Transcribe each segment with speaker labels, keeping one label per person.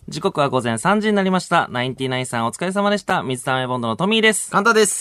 Speaker 1: 時刻は午前3時になりました。ナインティナインさんお疲れ様でした。水溜りボンドのトミーです。
Speaker 2: カンタです。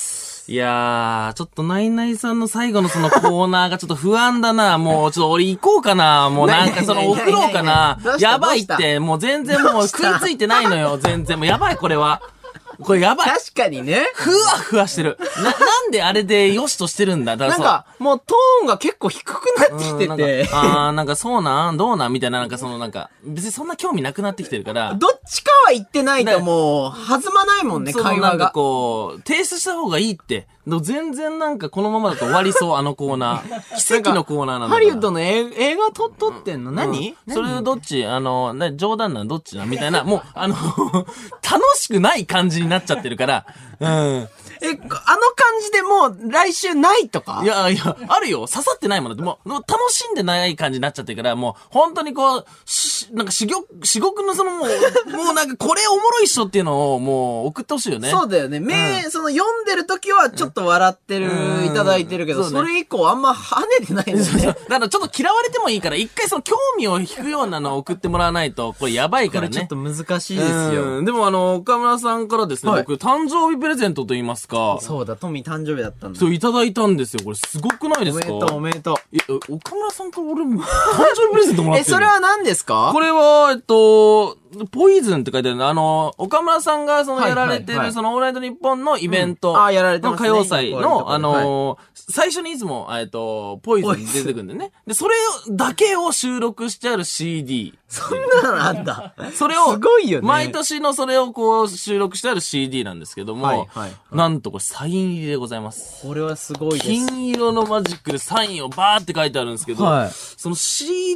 Speaker 1: いやー、ちょっとナイナイさんの最後のそのコーナーがちょっと不安だな。もうちょっと俺行こうかな。もうなんかその送ろうかな。やばいって、もう全然もう食いついてないのよ。全然。もうやばいこれは。これやばい。
Speaker 2: 確かにね。
Speaker 1: ふわふわしてる。なんであれでよしとしてるんだ。だから
Speaker 2: なんか、もうトーンが結構低くなってきてて。
Speaker 1: なんかそうなんどうなんみたいな、なんかそのなんか、別にそんな興味なくなってきてるから。
Speaker 2: どっちかは言ってないともう、弾まないもんね、会話が。
Speaker 1: なんかこう、提出した方がいいって。全然なんかこのままだと終わりそう、あのコーナー。奇跡のコーナーなんだ。
Speaker 2: ハリウッドの映画撮ってんの何、
Speaker 1: それどっち冗談なのどっちなみたいな、もう、楽しくない感じになっちゃってるから、うん。
Speaker 2: あの感じでもう来週ないとか？
Speaker 1: いや、あるよ。刺さってないもんだって、もう楽しんでない感じになっちゃってるから、もう、本当にこう、なんか至極のそのもうなんかこれおもろいっしょっていうのをもう送ってほしいよね。
Speaker 2: そうだよね。その読んでる時はちょっと笑ってる、いただいてるけど、それ以降あんま跳ねてないんだよね。
Speaker 1: だからちょっと嫌われてもいいから、一回その興味を引くようなのを送ってもらわないと、これやばいからね。
Speaker 2: これちょっと難しいですよ。
Speaker 1: でも岡村さんからですね、僕、誕生日プレゼントと言いますか。
Speaker 2: そうだ、トミー誕生日だったんだ。
Speaker 1: そう、いただいたんですよ。これすごくないですか？
Speaker 2: おめでとう。
Speaker 1: いや、岡村さんから俺、誕生日プレゼントもらってる。
Speaker 2: それは何ですか？
Speaker 1: これは、ポイズンって書いてある岡村さんがやられてる、そのオールナイトニッポンのイベントの歌謡祭の、最初にいつも、ポイズン出てくるんでね。で、それだけを収録してある CD。
Speaker 2: そんなのあんだ。
Speaker 1: それを、
Speaker 2: すごいよね。
Speaker 1: 毎年のそれをこう収録してある CD なんですけども、なんとこれサイン入りでございます。
Speaker 2: これはすごいです。
Speaker 1: 金色のマジックでサインをバーって書いてあるんですけど、その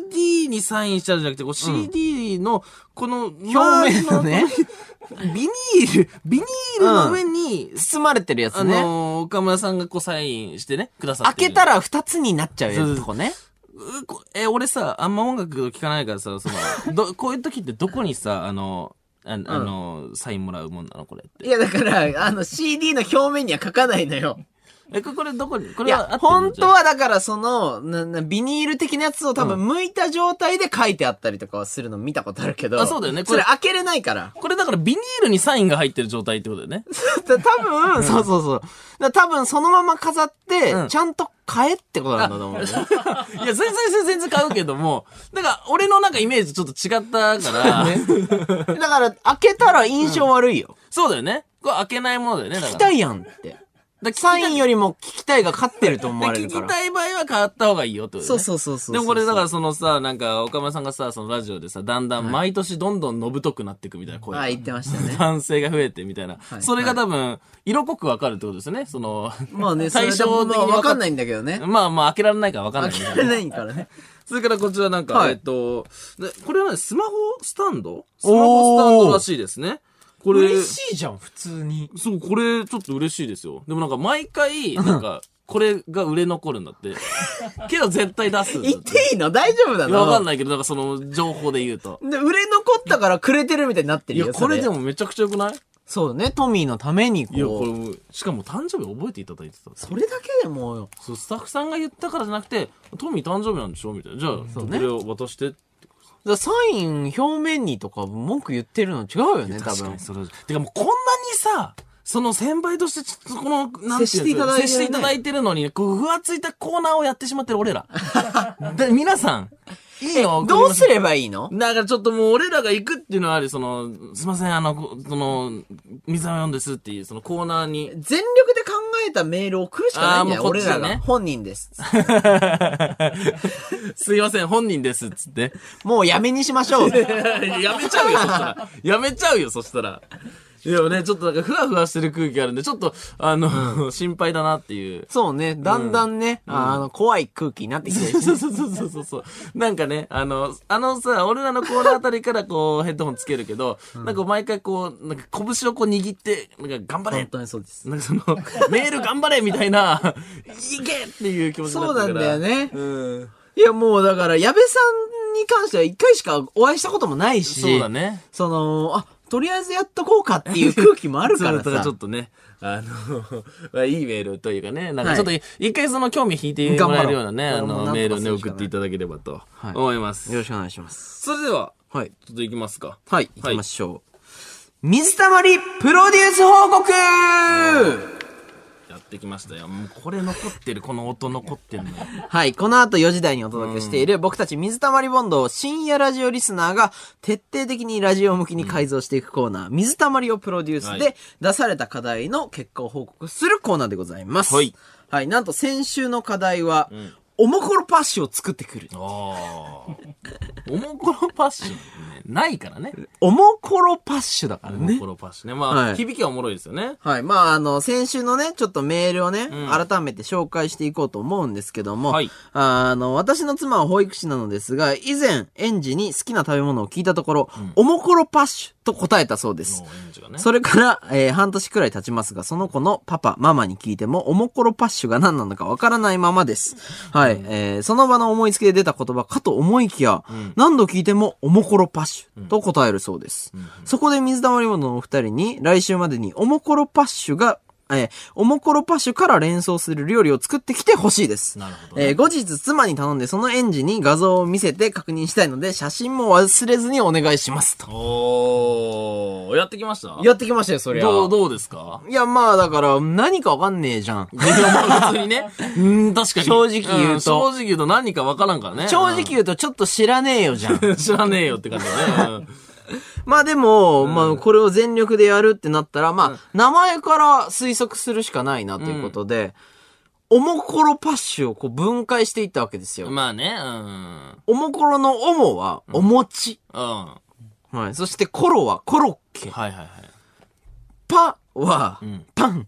Speaker 1: CD にサインしてあるんじゃなくて、こう CD のこの
Speaker 2: 表面のね、
Speaker 1: ビニールの上に、
Speaker 2: 包まれてるやつね。
Speaker 1: 岡村さんがこうサインしてね、くださって。
Speaker 2: 開けたら2つになっちゃうやつとかね。
Speaker 1: 俺さ、あんま音楽聴かないからさ、こういう時ってどこにさ、サインもらうもんなのこれって。
Speaker 2: いや、だから、CD の表面には書かないのよ。
Speaker 1: これどこに、これは
Speaker 2: 本当はだからビニール的なやつを多分剥いた状態で書いてあったりとかはするの見たことあるけど。
Speaker 1: そうだよね。
Speaker 2: それ開けれないから。
Speaker 1: これだからビニールにサインが入ってる状態ってことだよね。
Speaker 2: 多分、そう。多分そのまま飾って、ちゃんと買えってことなんだと思う。い
Speaker 1: や、全然買うけども、だから俺のなんかイメージちょっと違ったから。
Speaker 2: だから開けたら印象悪いよ。
Speaker 1: そうだよね。これ開けないものだよね。
Speaker 2: 聞きたいやんって。サインよりも聞きたいが勝ってると思われるから。
Speaker 1: 聞きたい場合は買った方がいいよってことね。
Speaker 2: そう。
Speaker 1: でもこれだからなんか岡村さんがさ、そのラジオでさ、だんだん毎年どんどんのぶとくなっていくみたいな声。
Speaker 2: 言ってましたね。
Speaker 1: 男性が増えてみたいな。それが多分、色濃くわかるってことですよね。
Speaker 2: まあね、
Speaker 1: 最初的に
Speaker 2: わかんないんだけどね。
Speaker 1: まあ開けられないからわかんない。
Speaker 2: 開けられないからね。
Speaker 1: それからこちらなんか、これはね、スマホスタンドらしいですね。これ
Speaker 2: 嬉しいじゃん、普通に。
Speaker 1: そう、これちょっと嬉しいですよ。でもなんか毎回、なんか、これが売れ残るんだって。けど絶対出す。
Speaker 2: 言っていいの？大丈夫なの？
Speaker 1: わかんないけど、なんかその情報で言うと。
Speaker 2: で、売れ残ったからくれてるみたいになってるよ。
Speaker 1: いや、これでもめちゃくちゃ良くない？
Speaker 2: そうね、トミーのために
Speaker 1: いや、これ、しかも誕生日覚えていただいてた。
Speaker 2: それだけでもよ。
Speaker 1: そう、スタッフさんが言ったからじゃなくて、トミー誕生日なんでしょみたいな。じゃあ、これを渡して。
Speaker 2: サイン表面にとか文句言ってるの違うよね、多分。
Speaker 1: 確かにそれ。てかもうこんなにさ、その先輩としてちょっとなんていうの、
Speaker 2: 接してい
Speaker 1: ただいてるのに、こう、ふわついたコーナーをやってしまってる俺ら。皆さん、いいの？
Speaker 2: どうすればいいの？
Speaker 1: だからちょっともう俺らが行くっていうのはあり、すいません、水溜りですっていう、そのコーナーに。
Speaker 2: 全力で考えたメールを送るしかないんだよ、俺らが。本人です。
Speaker 1: すいません、本人です、つって。
Speaker 2: もうやめにしましょう。
Speaker 1: やめちゃうよ、そしたら。やめちゃうよ、そしたら。でもね、ちょっとなんかふわふわしてる空気あるんで、ちょっと、心配だなっていう。
Speaker 2: そうね、だんだんね、怖い空気になってきてる。
Speaker 1: そう。なんかね、さ、俺らのコーナーあたりからこう、ヘッドホンつけるけど、なんか毎回こう、なんか拳をこう握って、なんか頑張れ。
Speaker 2: 本当にそうです。
Speaker 1: なんかメール頑張れみたいな、いけっていう気持ちになってるから。
Speaker 2: そうなんだよね。いや、もうだから、矢部さんに関しては一回しかお会いしたこともないし。
Speaker 1: そうだね。
Speaker 2: とりあえずやっとこうかっていう空気もあるからさ。
Speaker 1: そうだからちょっとね、いいメールというかね、なんかちょっと一回その興味引いてもらえるようなね、メールをね、送っていただければと思います。
Speaker 2: よろしくお願いします。
Speaker 1: それでは、
Speaker 2: はい。
Speaker 1: ちょっと行きますか。
Speaker 2: はい、行きましょう。水たまりプロデュース報告
Speaker 1: やってきましたよ。もうこれ残ってる、この音残ってるのよ。
Speaker 2: はい、この後4時台にお届けしている、僕たち水たまりボンドを深夜ラジオリスナーが徹底的にラジオ向きに改造していくコーナー、水たまりをプロデュースで出された課題の結果を報告するコーナーでございます。
Speaker 1: はい。
Speaker 2: はい、なんと先週の課題は、おもころパッシュを作ってくる。
Speaker 1: おもころパッシュ、ね、ないからね。
Speaker 2: おもころパッシュだからね。
Speaker 1: おもころパッシュね。まあ、はい、響きはおもろいですよね。
Speaker 2: はい。まあ、先週のね、ちょっとメールをね、改めて紹介していこうと思うんですけども、はい。私の妻は保育士なのですが、以前、園児に好きな食べ物を聞いたところ、おもころパッシュと答えたそうです。ね、それから、半年くらい経ちますが、その子のパパ、ママに聞いても、おもころパッシュが何なのかわからないままです。はい。その場の思いつきで出た言葉かと思いきや、何度聞いてもおもころパッシュと答えるそうです。そこで水溜りボンドのお二人に来週までにおもころパッシュがおもころパッシュから連想する料理を作ってきてほしいです。なるほど、ね。後日妻に頼んでその園児に画像を見せて確認したいので写真も忘れずにお願いしますと。
Speaker 1: おー、やってきました？
Speaker 2: やってきましたよ、そりゃ。
Speaker 1: どうですか？
Speaker 2: いや、まあだから何かわかんねえじゃん。
Speaker 1: いや、まあ普通にね。確かに。
Speaker 2: 正直言うと。
Speaker 1: 正直言うと何かわからんからね。
Speaker 2: 正直言うとちょっと知らねえよじゃん。
Speaker 1: 知らねえよって感じだね。
Speaker 2: まあでも、まあこれを全力でやるってなったら、まあ名前から推測するしかないなということで、おもころパッシュをこう分解していったわけですよ。
Speaker 1: まあね、
Speaker 2: おもころのおもはお餅。はい。そしてコロはコロッケ。
Speaker 1: はいはいはい。
Speaker 2: パは、パン。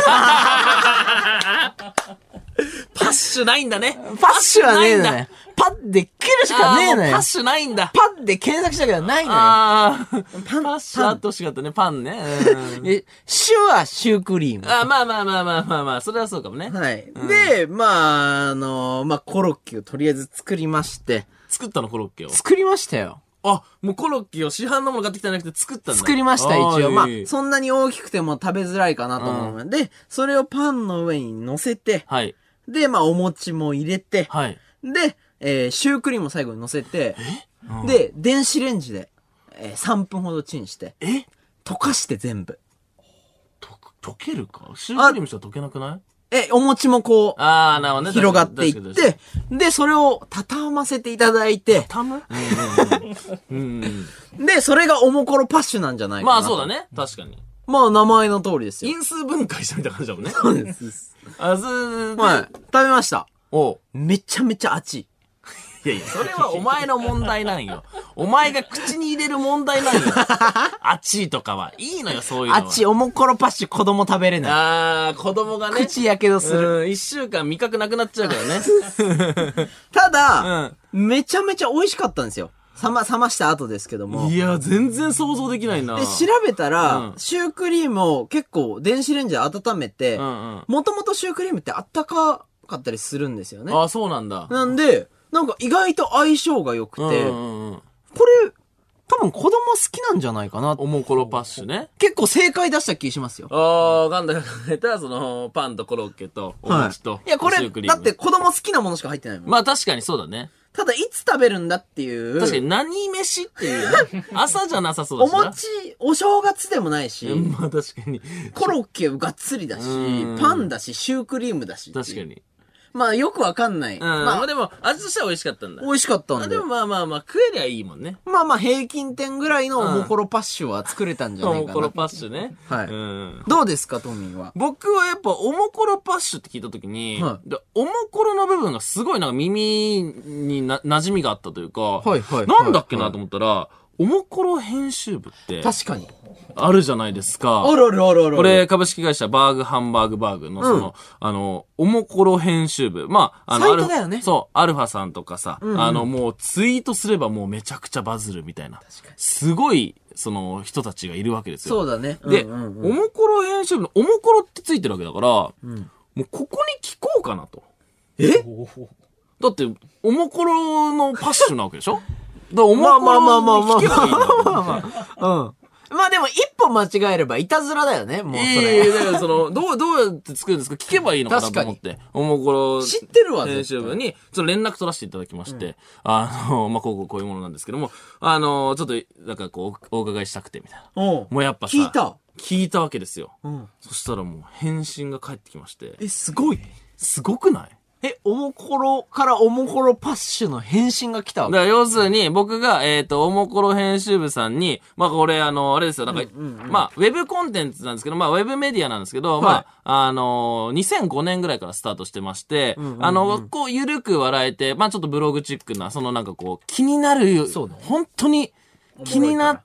Speaker 1: パッシュないんだね。
Speaker 2: パッシュはねえんだよ。パッで切るしかねえのよ。
Speaker 1: パッシュないんだ。
Speaker 2: パッで検索したけどないのよ。パ
Speaker 1: ッシュあってほしかったね。パンね。
Speaker 2: シュはシュークリーム。
Speaker 1: まあ、それはそうかもね。
Speaker 2: はい。で、まあ、コロッケをとりあえず作りまして。
Speaker 1: 作ったのコロッケを。
Speaker 2: 作りましたよ。
Speaker 1: あ、もうコロッケを市販のもの買ってきたんじゃなくて作ったんだ。
Speaker 2: 作りました、一応。まあ、そんなに大きくても食べづらいかなと思うので、それをパンの上に乗せて、はい。で、まあ、お餅も入れて、はい。で、シュークリームを最後に乗せて、で、電子レンジで、3分ほどチンして、溶かして全部。
Speaker 1: 溶けるか？シュークリームしたら溶けなくない？
Speaker 2: お餅もこう、
Speaker 1: なるほどね、
Speaker 2: 広がっていって、で、それを畳ませていただいて、
Speaker 1: 畳む？
Speaker 2: で、それがおもころパッシュなんじゃないかな。
Speaker 1: まあそうだね。確かに。
Speaker 2: まあ名前の通りですよ。
Speaker 1: 因数分解したみたいな感じだもんね。
Speaker 2: そうです。はい。食べました。めちゃめちゃ熱い。
Speaker 1: いやいや、それはお前の問題なんよ。お前が口に入れる問題なんよ。熱いとかは。いいのよ、そういうのは。
Speaker 2: 熱い、おもころパッシュ子供食べれない。
Speaker 1: 子供がね。
Speaker 2: 口やけどする。
Speaker 1: 1週間味覚なくなっちゃうからね。
Speaker 2: ただ、めちゃめちゃ美味しかったんですよ。冷ました後ですけども。
Speaker 1: いや、全然想像できないな。
Speaker 2: で、調べたら、シュークリームを結構電子レンジで温めて、もともとシュークリームってあったかったりするんですよね。
Speaker 1: あ、そうなんだ。
Speaker 2: なんで、なんか意外と相性が良くて、これ、多分子供好きなんじゃないかな。
Speaker 1: おもころパッシュね。
Speaker 2: 結構正解出した気しますよ。
Speaker 1: ガンダが考えたその、パンとコロッケと、お餅と、
Speaker 2: いや、これ、だって子供好きなものしか入ってないもん。
Speaker 1: まあ確かにそうだね。
Speaker 2: ただ、いつ食べるんだっていう。
Speaker 1: 確かに何飯っていうね。朝じゃなさそうだしな。
Speaker 2: お餅、お正月でもないし。
Speaker 1: まあ確かに。
Speaker 2: コロッケがっつりだし、パンだし、シュークリームだし。
Speaker 1: 確かに。
Speaker 2: まあよくわかんない。
Speaker 1: まあでも、味としては美味しかったんだ。
Speaker 2: 美味しかったんだ。
Speaker 1: でもまあ、食えりゃいいもんね。
Speaker 2: まあ平均点ぐらいのおもころパッシュは作れたんじゃないかな。
Speaker 1: おもころパッシュね。
Speaker 2: はい。どうですか、トミーは。
Speaker 1: 僕はやっぱ、おもころパッシュって聞いたときに、おもころの部分がすごいなんか耳に馴染みがあったというか、なんだっけなと思ったら、おもころ編集部って。
Speaker 2: 確かに。
Speaker 1: あるじゃないですか。
Speaker 2: ある。
Speaker 1: これ、株式会社バーグハンバーグの、おもころ編集部。まあ、
Speaker 2: サイトだよね。
Speaker 1: そう、アルファさんとかさ、もうツイートすればもうめちゃくちゃバズるみたいな。すごい、人たちがいるわけですよ。
Speaker 2: そうだね。
Speaker 1: で、おもころ編集部のおもころってついてるわけだから、もうここに聞こうかなと。だって、おもころのパッシュなわけでしょ？だからおもころに聞けばいいんだ。
Speaker 2: まあでも一歩間違えればいたずらだよね、もうそれ。
Speaker 1: だからどうやって作るんですか聞けばいいのかなと思って。おもころ。
Speaker 2: 知ってるわ、
Speaker 1: 編集部に、連絡取らせていただきまして、まあ、こういうものなんですけども、ちょっと、なんかこう、お伺いしたくて、みたいな。もうやっぱさ、聞いたわけですよ。そしたらもう、返信が返ってきまして。
Speaker 2: すごい。
Speaker 1: すごくない？
Speaker 2: おもころからおもころパッシュの返信が来たわけ。
Speaker 1: だから要するに、僕が、おもころ編集部さんに、まあこれあれですよ、なんか、まあ、ウェブコンテンツなんですけど、まあ、ウェブメディアなんですけど、まあ、2005年ぐらいからスタートしてまして、こう、ゆるく笑えて、まあちょっとブログチックな、なんかこう、気になる、本当に気になって、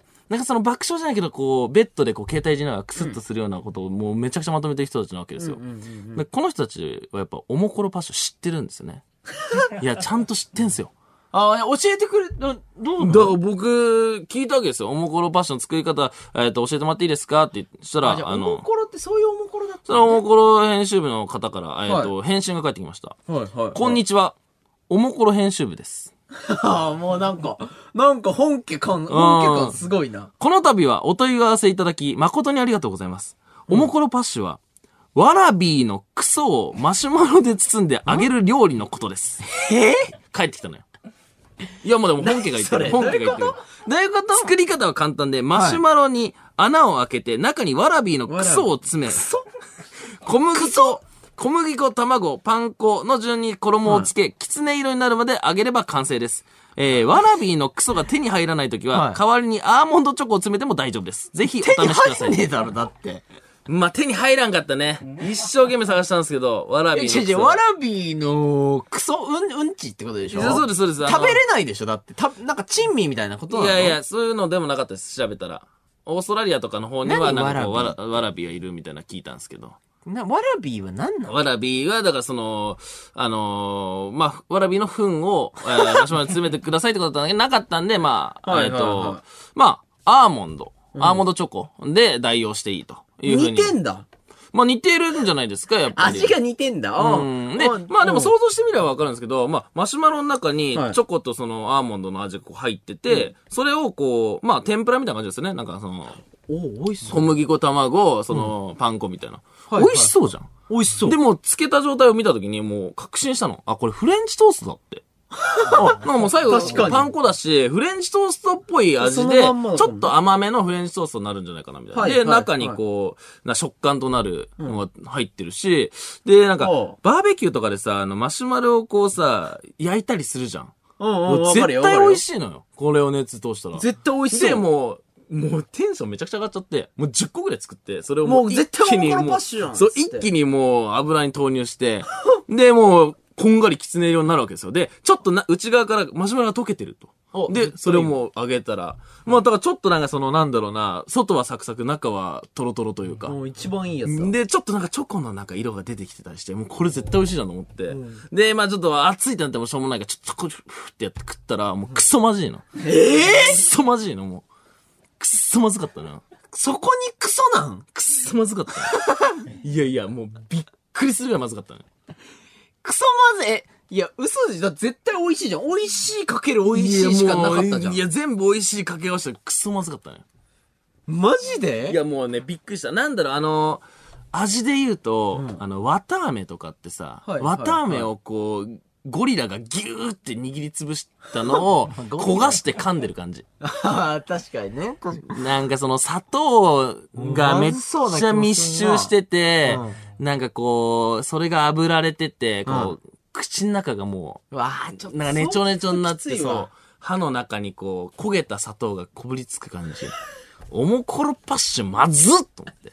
Speaker 1: なんか爆笑じゃないけど、こう、ベッドでこう、携帯いじりながらクスッとするようなことをもうめちゃくちゃまとめてる人たちなわけですよ。でこの人たちはやっぱ、おもころパッション知ってるんですよね。いや、ちゃんと知ってんすよ。
Speaker 2: 教えてくれ、どう
Speaker 1: だから僕、聞いたわけですよ。おもころパッション作り方、教えてもらっていいですかって言ったら、
Speaker 2: おもころってそういうおもころだった
Speaker 1: そのおもころ編集部の方から、返信が返ってきました。こんにちは。おもころ編集部です。
Speaker 2: もうなんか本家感すごいな。
Speaker 1: この度はお問い合わせいただき、誠にありがとうございます。おもころパッシュは、わらびのクソをマシュマロで包んで揚げる料理のことです。帰ってきたのよ。いや、もうでも本家が言ってる。本家が言ってる。
Speaker 2: どういうこと？
Speaker 1: 作り方は簡単で、マシュマロに穴を開けて、中にわらびのクソを詰め、小麦粉、卵、パン粉の順に衣をつけ、きつね色になるまで揚げれば完成です。わらびのクソが手に入らないときは、代わりにアーモンドチョコを詰めても大丈夫です。ぜひお試しください。
Speaker 2: 手に入んねえだろ、だって。
Speaker 1: まあ、手に入らんかったね。一生懸命探したんですけど、わらびのクソ。
Speaker 2: わらびのクソ、うんちってことでしょ？
Speaker 1: そうです、そうです。
Speaker 2: 食べれないでしょ？だって。なんか珍味みたいなことなの？
Speaker 1: いや、そういうのでもなかったです、調べたら。オーストラリアとかの方には、なんかこう、わらびがいるみたいな聞いたんですけど。
Speaker 2: わらびは何なの？
Speaker 1: わらびは、だからまあ、わらびの糞を、マシュマロに詰めてくださいってことだったんだけど、なかったんで、まあ、まあ、アーモンドチョコで代用していいというふうに。
Speaker 2: 似てんだ。
Speaker 1: まあ似てるんじゃないですか、やっぱり。
Speaker 2: 味が似てんだ。
Speaker 1: で、まあでも想像してみればわかるんですけど、まあマシュマロの中にチョコとそのアーモンドの味がこう入ってて、それをこう、まあ天ぷらみたいな感じですね。なんか
Speaker 2: 美味しそう。
Speaker 1: 小麦粉、卵、パン粉みたいな。美味しそうじゃん。
Speaker 2: 美味しそう。
Speaker 1: でも、つけた状態を見たときにもう確信したの。あ、これフレンチトーストだって。なんかもう最後、パン粉だし、フレンチトーストっぽい味で、ちょっと甘めのフレンチトーストになるんじゃないかな、みたいな。で、中にこう、食感となるのが入ってるし、で、なんか、バーベキューとかでさ、マシュマロをこうさ、焼いたりするじゃん。絶対美味しいのよ。これを熱通したら。
Speaker 2: 絶対美味しい。
Speaker 1: で、もうテンションめちゃくちゃ上がっちゃって、もう10個ぐらい作って、それを
Speaker 2: もう絶対おもころパッシュやん。
Speaker 1: そう、一気にもう油に投入して、で、もう、こんがりきつね色になるわけですよ。で、ちょっと内側からマシュマロが溶けてると。で、それをもう揚げたら、まあ、だからちょっとなんかなんだろうな、外はサクサク、中はトロトロというか。
Speaker 2: もう一番いいやつだ。
Speaker 1: で、ちょっとなんかチョコのなんか色が出てきてたりして、もうこれ絶対美味しいなと思って。で、まあちょっと熱いってなってもしょうもないから、ちょっとふってやって食ったら、もうクソまじいの。クソまじいの、もう。くっそまずかったな。
Speaker 2: そこにクソなん？
Speaker 1: くっそまずかった。いや、もうびっくりするぐらいまずかったね。
Speaker 2: クソまずいや、嘘でしょ。絶対美味しいじゃん。美味しいかける美味しいしかなかったじゃん。
Speaker 1: いや、全部美味しいかけ合わせてくっそまずかったね。
Speaker 2: マジで？
Speaker 1: いや、もうね、びっくりした。なんだろう、味で言うと、綿飴とかってさ、綿飴をこう、ゴリラがギューって握りつぶしたのを焦がして噛んでる感じ。
Speaker 2: ああ、確かにね。
Speaker 1: なんか砂糖がめっちゃ密集してて、なんかこう、それが炙られてて、こう、口の中がもう、なんかネチョネチョになって、そう、歯の中にこう、焦げた砂糖がこぶりつく感じ。おもころパッシュまずっと思って。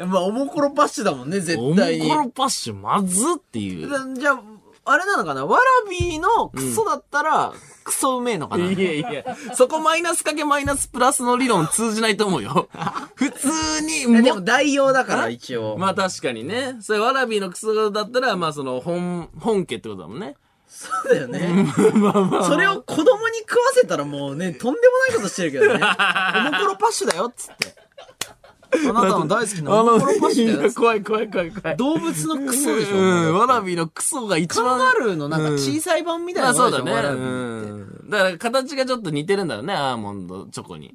Speaker 2: まあ、おもころパッシュだもんね、絶対に。
Speaker 1: おもころパッシュまずっていう。
Speaker 2: じゃあ、あれなのかな、わらびのクソだったら、クソうめえのかな。
Speaker 1: いや、そこマイナスかけマイナスプラスの理論通じないと思うよ。普通に
Speaker 2: でも代用だから一応。
Speaker 1: まあ確かにね。それわらびのクソだったら、まあ本家ってことだもんね。
Speaker 2: そうだよね。それを子供に食わせたらもうね、とんでもないことしてるけどね。おもころパッシュだよ、っつって。あなたの大好きなおもころパッシュだよ。
Speaker 1: 怖い。
Speaker 2: 動物のクソでしょ。
Speaker 1: わらびのクソが一番。
Speaker 2: カンガルーのなんか小さい版みたいな。
Speaker 1: そうだね。だから形がちょっと似てるんだろうね、アーモンドチョコに。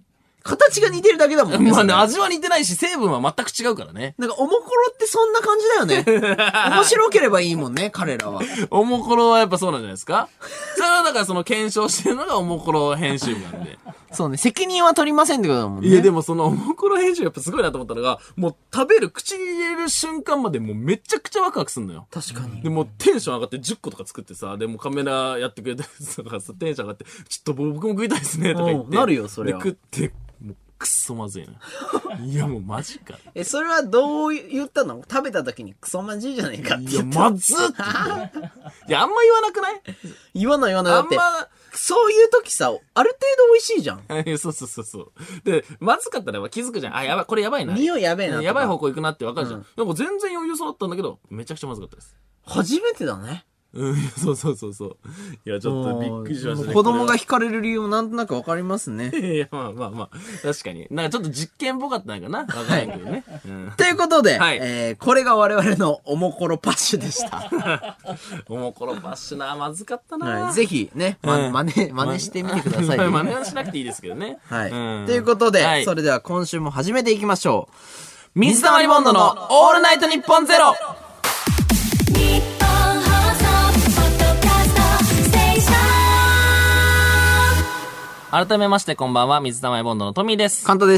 Speaker 2: 形が似てるだけだもんね。
Speaker 1: まあね、味は似てないし、成分は全く違うからね。
Speaker 2: なんか、おもころってそんな感じだよね。面白ければいいもんね、彼らは。
Speaker 1: おもころはやっぱそうなんじゃないですか。それはだからその検証してるのがおもころ編集部なんで。
Speaker 2: そうね、責任は取りませんってことだもんね。
Speaker 1: いや、でもそのおもころ編集やっぱすごいなと思ったのが、もう食べる、口に入れる瞬間までもうめちゃくちゃワクワクすんのよ。
Speaker 2: 確かに。
Speaker 1: で、もうテンション上がって10個とか作ってさ、でもカメラやってくれたやつとかさ、テンション上がって、ちょっと僕も食いたいですね、とか言って。
Speaker 2: なるよ、それは。
Speaker 1: で、食って、もうくっそまずいな。いや、もうマジか。
Speaker 2: それはどう言ったの？食べた時にクソまじいじゃねえかって言った。
Speaker 1: いや、まずっっていや、あんま言わなくない？
Speaker 2: 言わない。だって、そういう時さ、ある程度美味しいじゃん。
Speaker 1: そう。で、まずかったら気づくじゃん。あ、やばい、これやばいな。
Speaker 2: 匂いやべえな。
Speaker 1: やばい方向行くなってわかるじゃん。なんか全然余裕そうだったんだけど、めちゃくちゃまずかったです。
Speaker 2: 初めてだね。
Speaker 1: そう。いや、ちょっとびっくりしましたね。
Speaker 2: 子供が惹かれる理由もなんとなくわかりますね。
Speaker 1: いや、まあ。確かに。なんかちょっと実験っぽかったのかなわかんないけどね。
Speaker 2: ということで、
Speaker 1: はい、
Speaker 2: これが我々のおもころパッシュでした。
Speaker 1: おもころパッシュな、まずかったな、
Speaker 2: はい。ぜひね、真似してみてください、ね。
Speaker 1: 真似はしなくていいですけどね。
Speaker 2: はい。ということで、それでは今週も始めていきましょ
Speaker 1: う。水溜りボンドのオールナイトニッポンゼロ。改めましてこんばんは、水溜りボンドのトミーです。
Speaker 2: カンタです。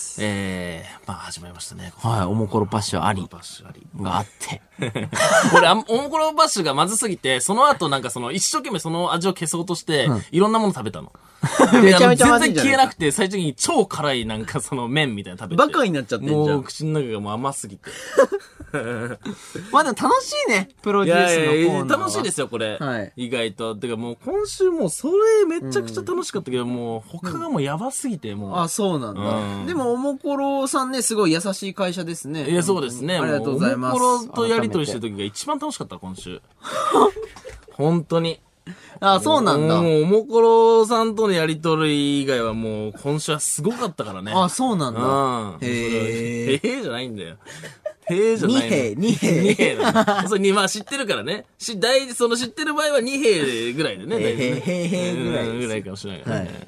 Speaker 1: まあ始まりましたね。
Speaker 2: はい、おもころパッシュあり。があって。
Speaker 1: 俺、おもころパッシュがまずすぎて、その後なんか一生懸命その味を消そうとして、いろんなもの食べたの。
Speaker 2: めちゃめちゃまずい
Speaker 1: 全然消えなくて、最終的に超辛いなんか麺みたいな食べて。
Speaker 2: バカになっちゃってんじゃん。
Speaker 1: もう口の中がもう甘すぎて。
Speaker 2: まあでも楽しいね、プロデュースのコーナーは。
Speaker 1: 楽しいですよ、これ。
Speaker 2: はい。
Speaker 1: 意外と。てかもう今週もうそれめちゃくちゃ楽しかったけど、もう他がもうやばすぎて、もう。
Speaker 2: あ、そうなんだ。でもおもころさんね、すごい優しい会社ですね。
Speaker 1: いや、そうですね。
Speaker 2: ありがとうございます。
Speaker 1: おもころとやりとりしてる時が一番楽しかった、今週。本当に。
Speaker 2: あ、そうなんだ。
Speaker 1: もう、おもころさんとのやりとり以外はもう、今週はすごかったからね。
Speaker 2: あ、そうなんだ。
Speaker 1: へえじゃないんだよ。へえじゃないの。
Speaker 2: 二兵
Speaker 1: だ。それまあ知ってるからね。知ってる場合は二兵ぐらいでね。ぐらいかもしれないからね。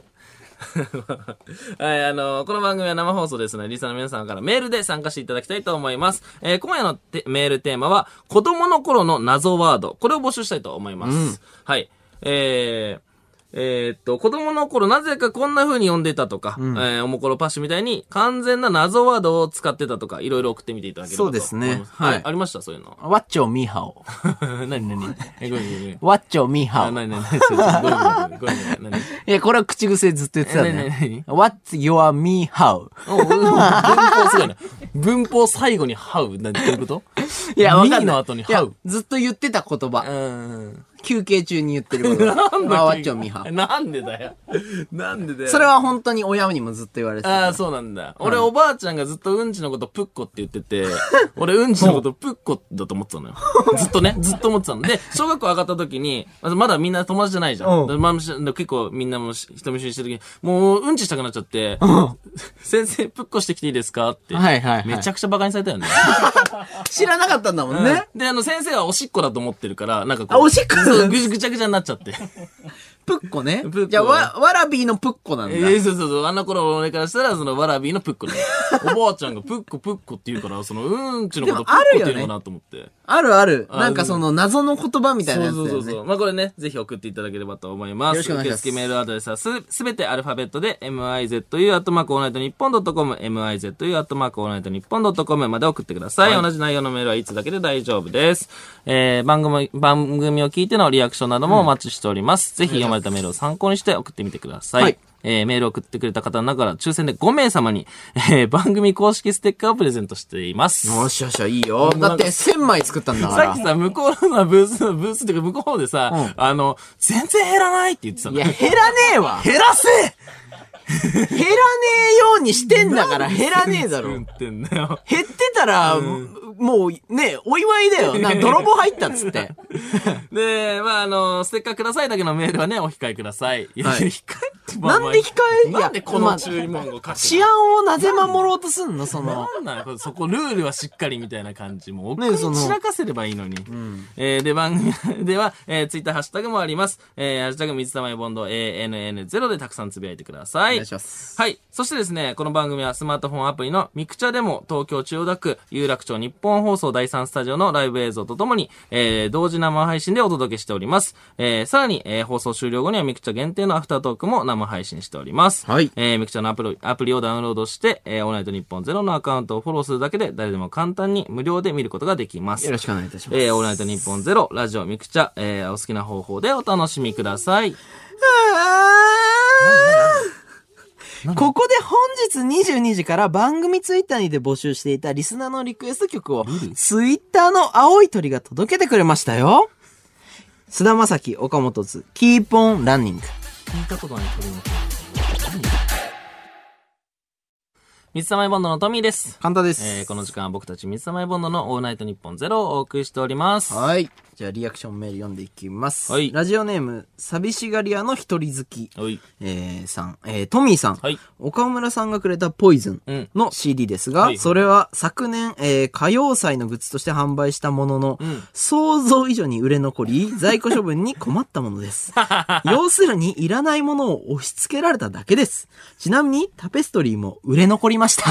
Speaker 1: はい、この番組は生放送ですので、リスナーの皆さんからメールで参加していただきたいと思います。今夜のメールテーマは、子供の頃の謎ワード。これを募集したいと思います。はい。子供の頃なぜかこんな風に呼んでたとか、おもころパッシュみたいに完全な謎ワードを使ってたとか、いろいろ送ってみていただければと。
Speaker 2: そうですね。
Speaker 1: はい。ありましたそういうの。
Speaker 2: ワッチョミーハオ。
Speaker 1: 何ごめん。
Speaker 2: ワッチョミーハオ。
Speaker 1: 何ごめん。
Speaker 2: いや、これは口癖ずっと言ってたね。What's your me how?
Speaker 1: 文法すごいな。文法最後に how? 何どういうこと？
Speaker 2: いや、わかんない。
Speaker 1: の後に how?
Speaker 2: ずっと言ってた言葉。休憩中に言ってること。ワッチョミーハオ。
Speaker 1: なんでだよ。
Speaker 2: それは本当に親にもずっと言われてた。
Speaker 1: ああ、そうなんだ。俺、おばあちゃんがずっとうんちのことプッコって言ってて、俺うんちのことプッコだと思ってたのよ。ずっと思ってたの。で、小学校上がった時に、まだみんな友達じゃないじゃん。結構みんなも人見知りしてる時に、もううんちしたくなっちゃって、先生プッコしてきていいですかって。めちゃくちゃバカにされたよね。
Speaker 2: 知らなかったんだもんね。
Speaker 1: で、先生はおしっこだと思ってるから、なんかこう。
Speaker 2: おしっこ
Speaker 1: ぐちゃぐちゃになっちゃって。
Speaker 2: プッコね。じゃあ、わらびのプッコなんだ。
Speaker 1: そう。あんな頃俺からしたら、わらびのプッコだよ。おばあちゃんがプッコって言うから、うんちのことプッコって言うのかなと思って。
Speaker 2: ある。なんか謎の言葉みたいなやつだよね。
Speaker 1: そう。まあ、これね、ぜひ送っていただければと思います。
Speaker 2: よろしくお願いします。
Speaker 1: 受付メールアドレスはすべてアルファベットで、mizu@allnightnippon.com、mizu@allnightnippon.com まで送ってください。同じ内容のメールはいつだけで大丈夫です。番組を聞いてのリアクションなどもお待ちしております。ぜひ読まれたメールを参考にして送ってみてください。はい。メールを送ってくれた方の中から抽選で5名様に、番組公式ステッカーをプレゼントしています。
Speaker 2: よし、いいよ。だって1000枚作ったんだから。
Speaker 1: さっきさ、向こうのブースっていうか向こうでさ、全然減らないって言ってたの。
Speaker 2: いや、減らねえわ。
Speaker 1: 減らせ
Speaker 2: 減らねえようにしてんだから減らねえだろ。
Speaker 1: 減ってんだよ。
Speaker 2: 減ってたら、 もうね、お祝いだよ。泥棒入ったっつって。
Speaker 1: で、まあ、ステッカーくださいだけのメールはね、お控えください。いや、控えって、
Speaker 2: なんで控え
Speaker 1: なんでこの注意文を書くの？
Speaker 2: 治安をなぜ守ろうとすんの？
Speaker 1: なんなのそこルールはしっかりみたいな感じ。もう、送り散らかせればいいのに。で、番組では、ツイッターハッシュタグもあります。ハッシュタグ水溜りボンド ANN0 でたくさんつぶやいてください。
Speaker 2: お願いします。
Speaker 1: はい。そしてですね、この番組はスマートフォンアプリのミクチャでも東京千代田区有楽町日本放送第3スタジオのライブ映像とともに、同時生配信でお届けしております。さらに、放送終了後にはミクチャ限定のアフタートークも生配信しております。
Speaker 2: はい。
Speaker 1: ミクチャのアプリをダウンロードして、オールナイトニッポンゼロのアカウントをフォローするだけで誰でも簡単に無料で見ることができます。
Speaker 2: よろしくお願いいたします。
Speaker 1: オールナイトニッポンゼロ、ラジオミクチャ、お好きな方法でお楽しみください。
Speaker 2: ここで本日22時から番組ツイッターにて募集していたリスナーのリクエスト曲をツイッターの青い鳥が届けてくれましたよ。菅田将暉、岡本津、Keep on Running。
Speaker 1: 聞いたことない鳥の曲。水溜りボンドのトミーです。
Speaker 2: 簡単です。
Speaker 1: この時間は僕たち水溜りボンドのオールナイトニッポンゼロをお送りしております。
Speaker 2: はい。じゃあリアクションメール読んでいきます。
Speaker 1: はい。
Speaker 2: ラジオネーム、寂しがり屋の一人好き。
Speaker 1: はい。
Speaker 2: さん。トミーさん。
Speaker 1: はい。
Speaker 2: 岡村さんがくれたポイズンの CD ですが、それは昨年、歌謡祭のグッズとして販売したものの、想像以上に売れ残り、在庫処分に困ったものです。要するに、いらないものを押し付けられただけです。ちなみに、タペストリーも売れ残りました。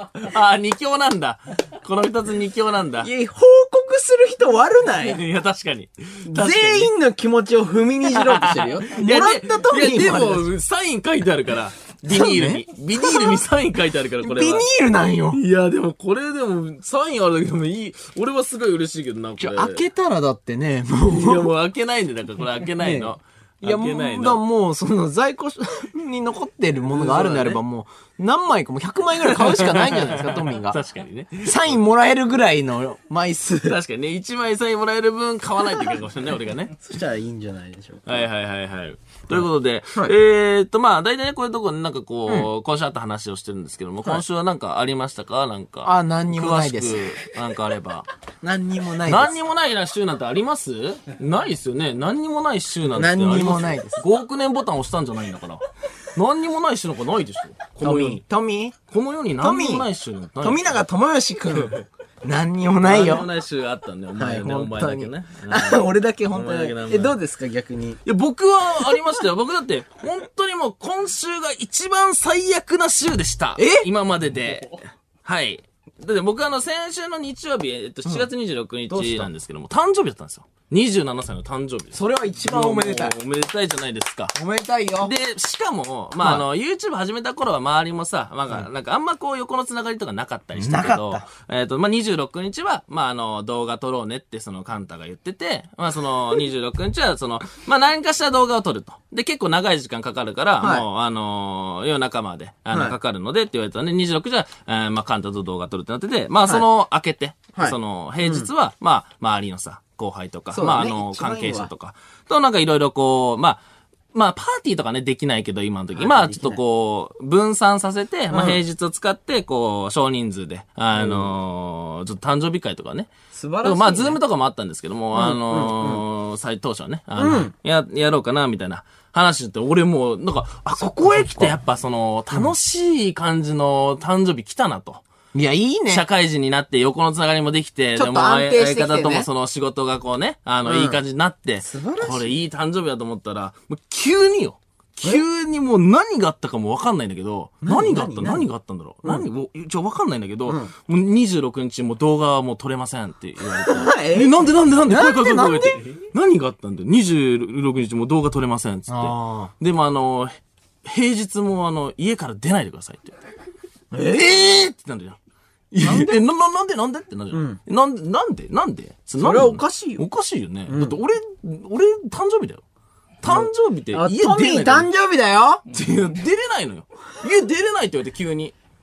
Speaker 1: 二強なんだ。この二つ二強なんだ。
Speaker 2: いや、報告する人悪ない？
Speaker 1: いや、確かに。
Speaker 2: 全員の気持ちを踏みにじろうとしてるよ。もらった時に。
Speaker 1: いや、でも、サイン書いてあるから。ビニールに。ビニールにサイン書いてあるから、これは。
Speaker 2: ビニールなんよ。
Speaker 1: いや、でも、これでも、サインあるだけでもいい。俺はすごい嬉しいけどな、これ。
Speaker 2: 開けたらだってね、
Speaker 1: もう。いや、もう開けないんで、だからこれ開けないの。
Speaker 2: いや、もう、その在庫に残ってるものがあるんであれば、もう、何枚かもう100枚ぐらい買うしかないんじゃないですか、トミーが。
Speaker 1: 確かにね。
Speaker 2: サインもらえるぐらいの枚数。
Speaker 1: 確かにね、1枚サインもらえる分買わないといけないかもしれない、俺がね。
Speaker 2: そしたらいいんじゃないでしょうか。
Speaker 1: はいはいはいはい。ということで、まあ、大体ね、こういうところなんかこう、今週あった話をしてるんですけども、今週はなんかありましたか？なんか。
Speaker 2: 何にもないです。
Speaker 1: なんかあれば。
Speaker 2: 何にもないです。
Speaker 1: 何にもない週なんてあります？ないですよね。何にもない週なんてあります？
Speaker 2: 何にもないです。
Speaker 1: 5億年ボタン押したんじゃないんだから。何にもない週なんかないでしょ。この世に。
Speaker 2: トミー
Speaker 1: この世に何にもない週なんてない。
Speaker 2: 富永智義くん。何にもないよ。
Speaker 1: 何にもない週があったんだよ、お前ね、お前だけね。
Speaker 2: 俺だけ本当に。どうですか、逆に。
Speaker 1: いや、僕はありましたよ。僕だって、本当にもう今週が一番最悪な週でした。今までで。はい。だって僕先週の日曜日、7月26日なんですけども、誕生日だったんですよ。27歳の誕生日です。
Speaker 2: それは一番おめでたい。
Speaker 1: おめでたいじゃないですか。
Speaker 2: おめでたいよ。
Speaker 1: で、しかも、まあ、YouTube 始めた頃は周りもさ、なんかあんまこう横のつながりとかなかったりしたけど、まあ、26日は、まあ、動画撮ろうねってカンタが言ってて、まあ、26日はまあ、何かしら動画を撮ると。で、結構長い時間かかるから、もう、夜中まで、かかるのでって言われたので、26日は、まあ、カンタと動画撮るってなってて、まあ、明けて、平日は、まあ、周りのさ、後輩とか、まあ、関係者とか、となんかいろいろこう、まあ、パーティーとかね、できないけど、今の時。まあ、ちょっとこう、分散させて、まあ、平日を使って、こう、少人数で、ちょっと誕生日会とかね。
Speaker 2: 素晴らしい。
Speaker 1: まあ、ズームとかもあったんですけども、最当初はね、やろうかな、みたいな話って、俺もう、なんか、ここへ来て、やっぱ楽しい感じの誕生日来たなと。
Speaker 2: いや、いいね。
Speaker 1: 社会人になって横のつながりもできて、
Speaker 2: でも相
Speaker 1: 方とも仕事がこうね、いい感じになって、
Speaker 2: 素晴らしい。
Speaker 1: これいい誕生日だと思ったら、もう急にもう何があったかもわかんないんだけど、何があったんだろう。わかんないんだけど、もう26日も動画はもう撮れませんって言われて。なんで怖いって。何があったんだよ。26日も動画撮れませんっつって。でも平日も家から出ないでくださいって言って。ってなんだよ。なんでってなるじゃん。なんで
Speaker 2: それはおかしいよ。
Speaker 1: おかしいよね。だって俺誕生日だよ。誕生日って家出れない。
Speaker 2: トミー誕生日だよ。
Speaker 1: 出れないのよ。家出れないって言われて急に。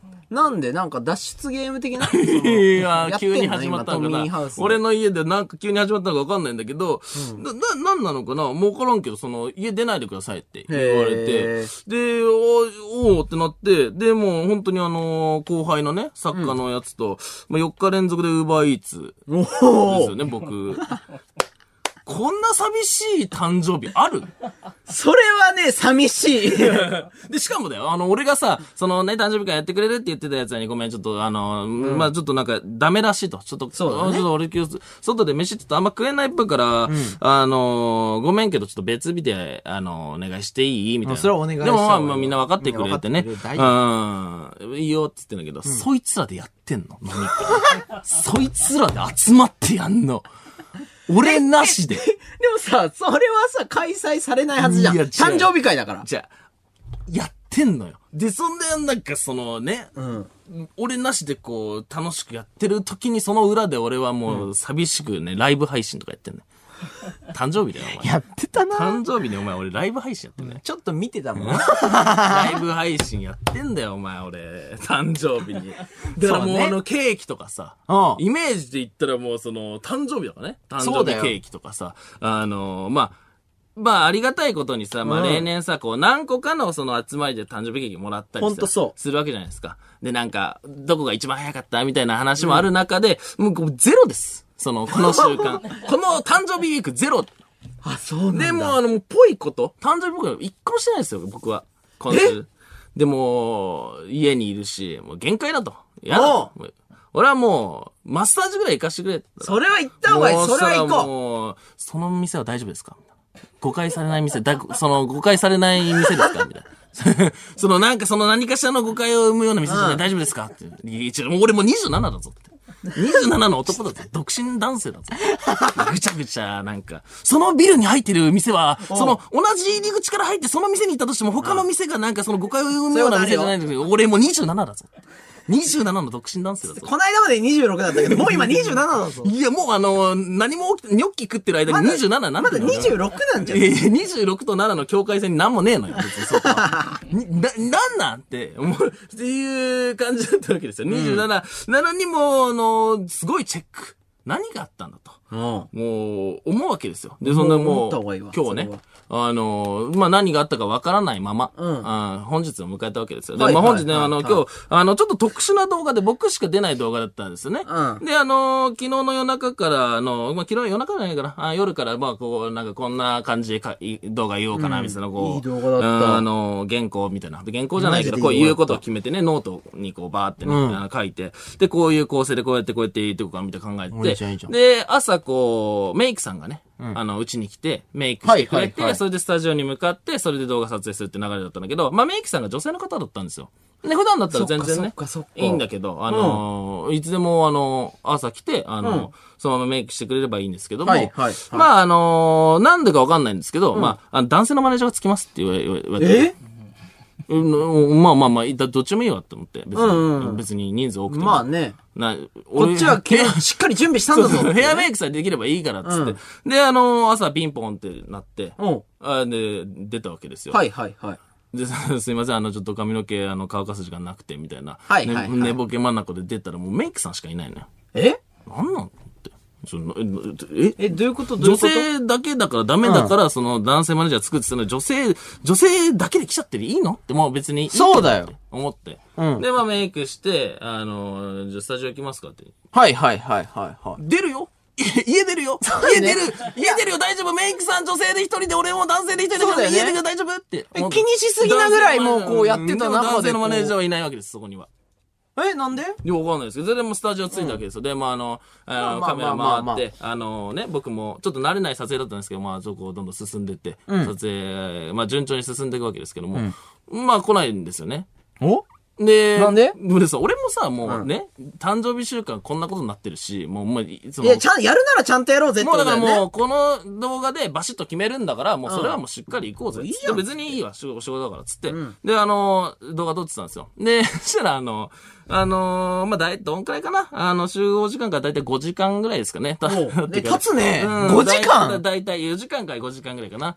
Speaker 2: なんでなんか脱出ゲーム的な
Speaker 1: いや、急に始まったのかな。俺の家でなんか急に始まったのかわかんないんだけど、なんなのかなもうわからんけど、家出ないでくださいって言われて、で、おーってなって、で、もう本当に後輩のね、作家のやつと、4日連続でUber Eatsですよね、僕。こんな寂しい誕生日ある？
Speaker 2: それはね、寂しい。
Speaker 1: で、しかもだよ、俺がさ、誕生日会やってくれるって言ってたやつにごめん、ちょっとまあ、ちょっとなんか、ダメらしいと。ちょっと、そうだね、ちょっと俺今日、外で飯ちょっとあんま食えないっぽいから、ごめんけど、ちょっと別日で、お願いしていいみたいな。
Speaker 2: それはお願いして。
Speaker 1: でもまあ、みんな分かってくれてね。いいよって言ってんだけど、そいつらでやってんの飲み会。そいつらで集まってやんの。俺なしで。
Speaker 2: でもさ、それはさ、開催されないはずじゃん。誕生日会だから。
Speaker 1: じゃあ、やってんのよ。で、そんでなんか俺なしでこう、楽しくやってる時にその裏で俺はもう寂しくね、ライブ配信とかやってんね。誕生日だよ、お前。
Speaker 2: やってたな。
Speaker 1: 誕生日にお前俺ライブ配信やってんね。
Speaker 2: ちょっと見てたもん。
Speaker 1: ライブ配信やってんだよ、お前俺。誕生日に。だからもうケーキとかさ、イメージで言ったらもう誕生日だからね。誕生日ケーキとかさ、まあ、ありがたいことにさ、まあ、例年さ、こう、何個かの集まりで誕生日ケーキもらったりするわけじゃないですか。で、なんか、どこが一番早かったみたいな話もある中で、もうゼロです。この習慣。この誕生日ウィークゼロ。
Speaker 2: あ、そうなんだ。
Speaker 1: でも、ぽいこと、誕生日僕は一個もしてないですよ、僕は。今週。でも、家にいるし、もう限界だと。やだ。俺はもう、マッサージぐらい行かしてくれ。
Speaker 2: それは行った方がいい。それは行こう。
Speaker 1: もう、その店は大丈夫ですか？誤解されない店、誤解されない店ですかみたいな。何かしらの誤解を生むような店じゃない、大丈夫ですかって。俺もう27だぞって。27の男だぞ。独身男性だぞ。ぐちゃぐちゃ、なんか。そのビルに入ってる店は、同じ入り口から入ってその店に行ったとしても、他の店がなんか誤解を生むような店じゃないんだけど、俺もう27だぞ。27の独身男性だぞ。
Speaker 2: この間まで26だったけど、もう今27だぞ。
Speaker 1: いや、もう何も起きて、ニョッキ食ってる間に27なん
Speaker 2: まだ26なんじゃん。
Speaker 1: 26と7の境界線に何もねえのよ、別にそこは。なんなんっていう感じだったわけですよ。27なのにもすごいチェック。何があったんだと。もう、思うわけですよ。で、そんなもう、今日はね、まあ、何があったかわからないまま、本日を迎えたわけですよ。で、まあ、本日ね、今日、ちょっと特殊な動画で僕しか出ない動画だったんですよね。で、昨日の夜中から、まあ、昨日夜中じゃないかな、夜から、まあ、こう、なんかこんな感じで動画言おうかな、みたいな、こう、
Speaker 2: いい動画だった。
Speaker 1: 原稿みたいな。原稿じゃないけど、こういうことを決めてね、ノートにこう、バーってね、書いて、で、こういう構成でこうやって言っていこうか、みたいな考えて、で、朝こう、メイクさんがね、うちに来て、メイクしてくれて、それでスタジオに向かって、それで動画撮影するって流れだったんだけど、まあメイクさんが女性の方だったんですよ。で、普段だったら全然ね、いいんだけど、いつでも朝来て、そのままメイクしてくれればいいんですけども、まあなんでかわかんないんですけど、まあ、男性のマネージャーがつきますって言われて。まあ、どっちもいいわって思って。別に人数多くても。
Speaker 2: まあね。こっちはしっかり準備したんだぞ。
Speaker 1: ヘアメイクさえできればいいからっつって。で、朝ピンポンってなって、で、出たわけですよ。
Speaker 2: はい。
Speaker 1: で、すいません、ちょっと髪の毛、乾かす時間なくて、みたいな。寝ぼけ真ん中で出たらもうメイクさんしかいないのよ。なんなん
Speaker 2: どういうこと
Speaker 1: 女性だけだからダメだから、男性マネージャー作ってたの女性だけで来ちゃっていいのってもう別にいい
Speaker 2: そうだよ。
Speaker 1: 思って。で、まあメイクして、じゃあスタジオ行きますかって。
Speaker 2: はい。
Speaker 1: 出るよ家出るよ家出るよ大丈夫メイクさん女性で一人で俺も男性で一人だから家出るよ大丈夫って。
Speaker 2: 気にしすぎなぐらいもうこうやってた中で。
Speaker 1: 男性のマネージャーはいないわけです、そこには。
Speaker 2: なんで？
Speaker 1: いや、わかんないですけど、それでもスタジオついたわけですよ。で、まあカメラ回って、ね、僕も、ちょっと慣れない撮影だったんですけど、まあ、そこをどんどん進んでって、撮影、まあ、順調に進んでいくわけですけども、まあ、来ないんですよね。で、
Speaker 2: なんで？
Speaker 1: 俺もさ、もうね、誕生日週間こんなことになってるし、もう、い
Speaker 2: や、やるならちゃんとやろうぜってことだよね。
Speaker 1: もうだからもう、この動画でバシッと決めるんだから、もうそれはもうしっかり行こうぜ。いいじゃん。別にいいわ、仕事だから、つって。で、動画撮ってたんですよ。で、そしたらまあ、どんくらいかな集合時間からだいたい5時間ぐらいですかね。
Speaker 2: 経つね。5時間
Speaker 1: だいたい4時間から5時間ぐらいかな。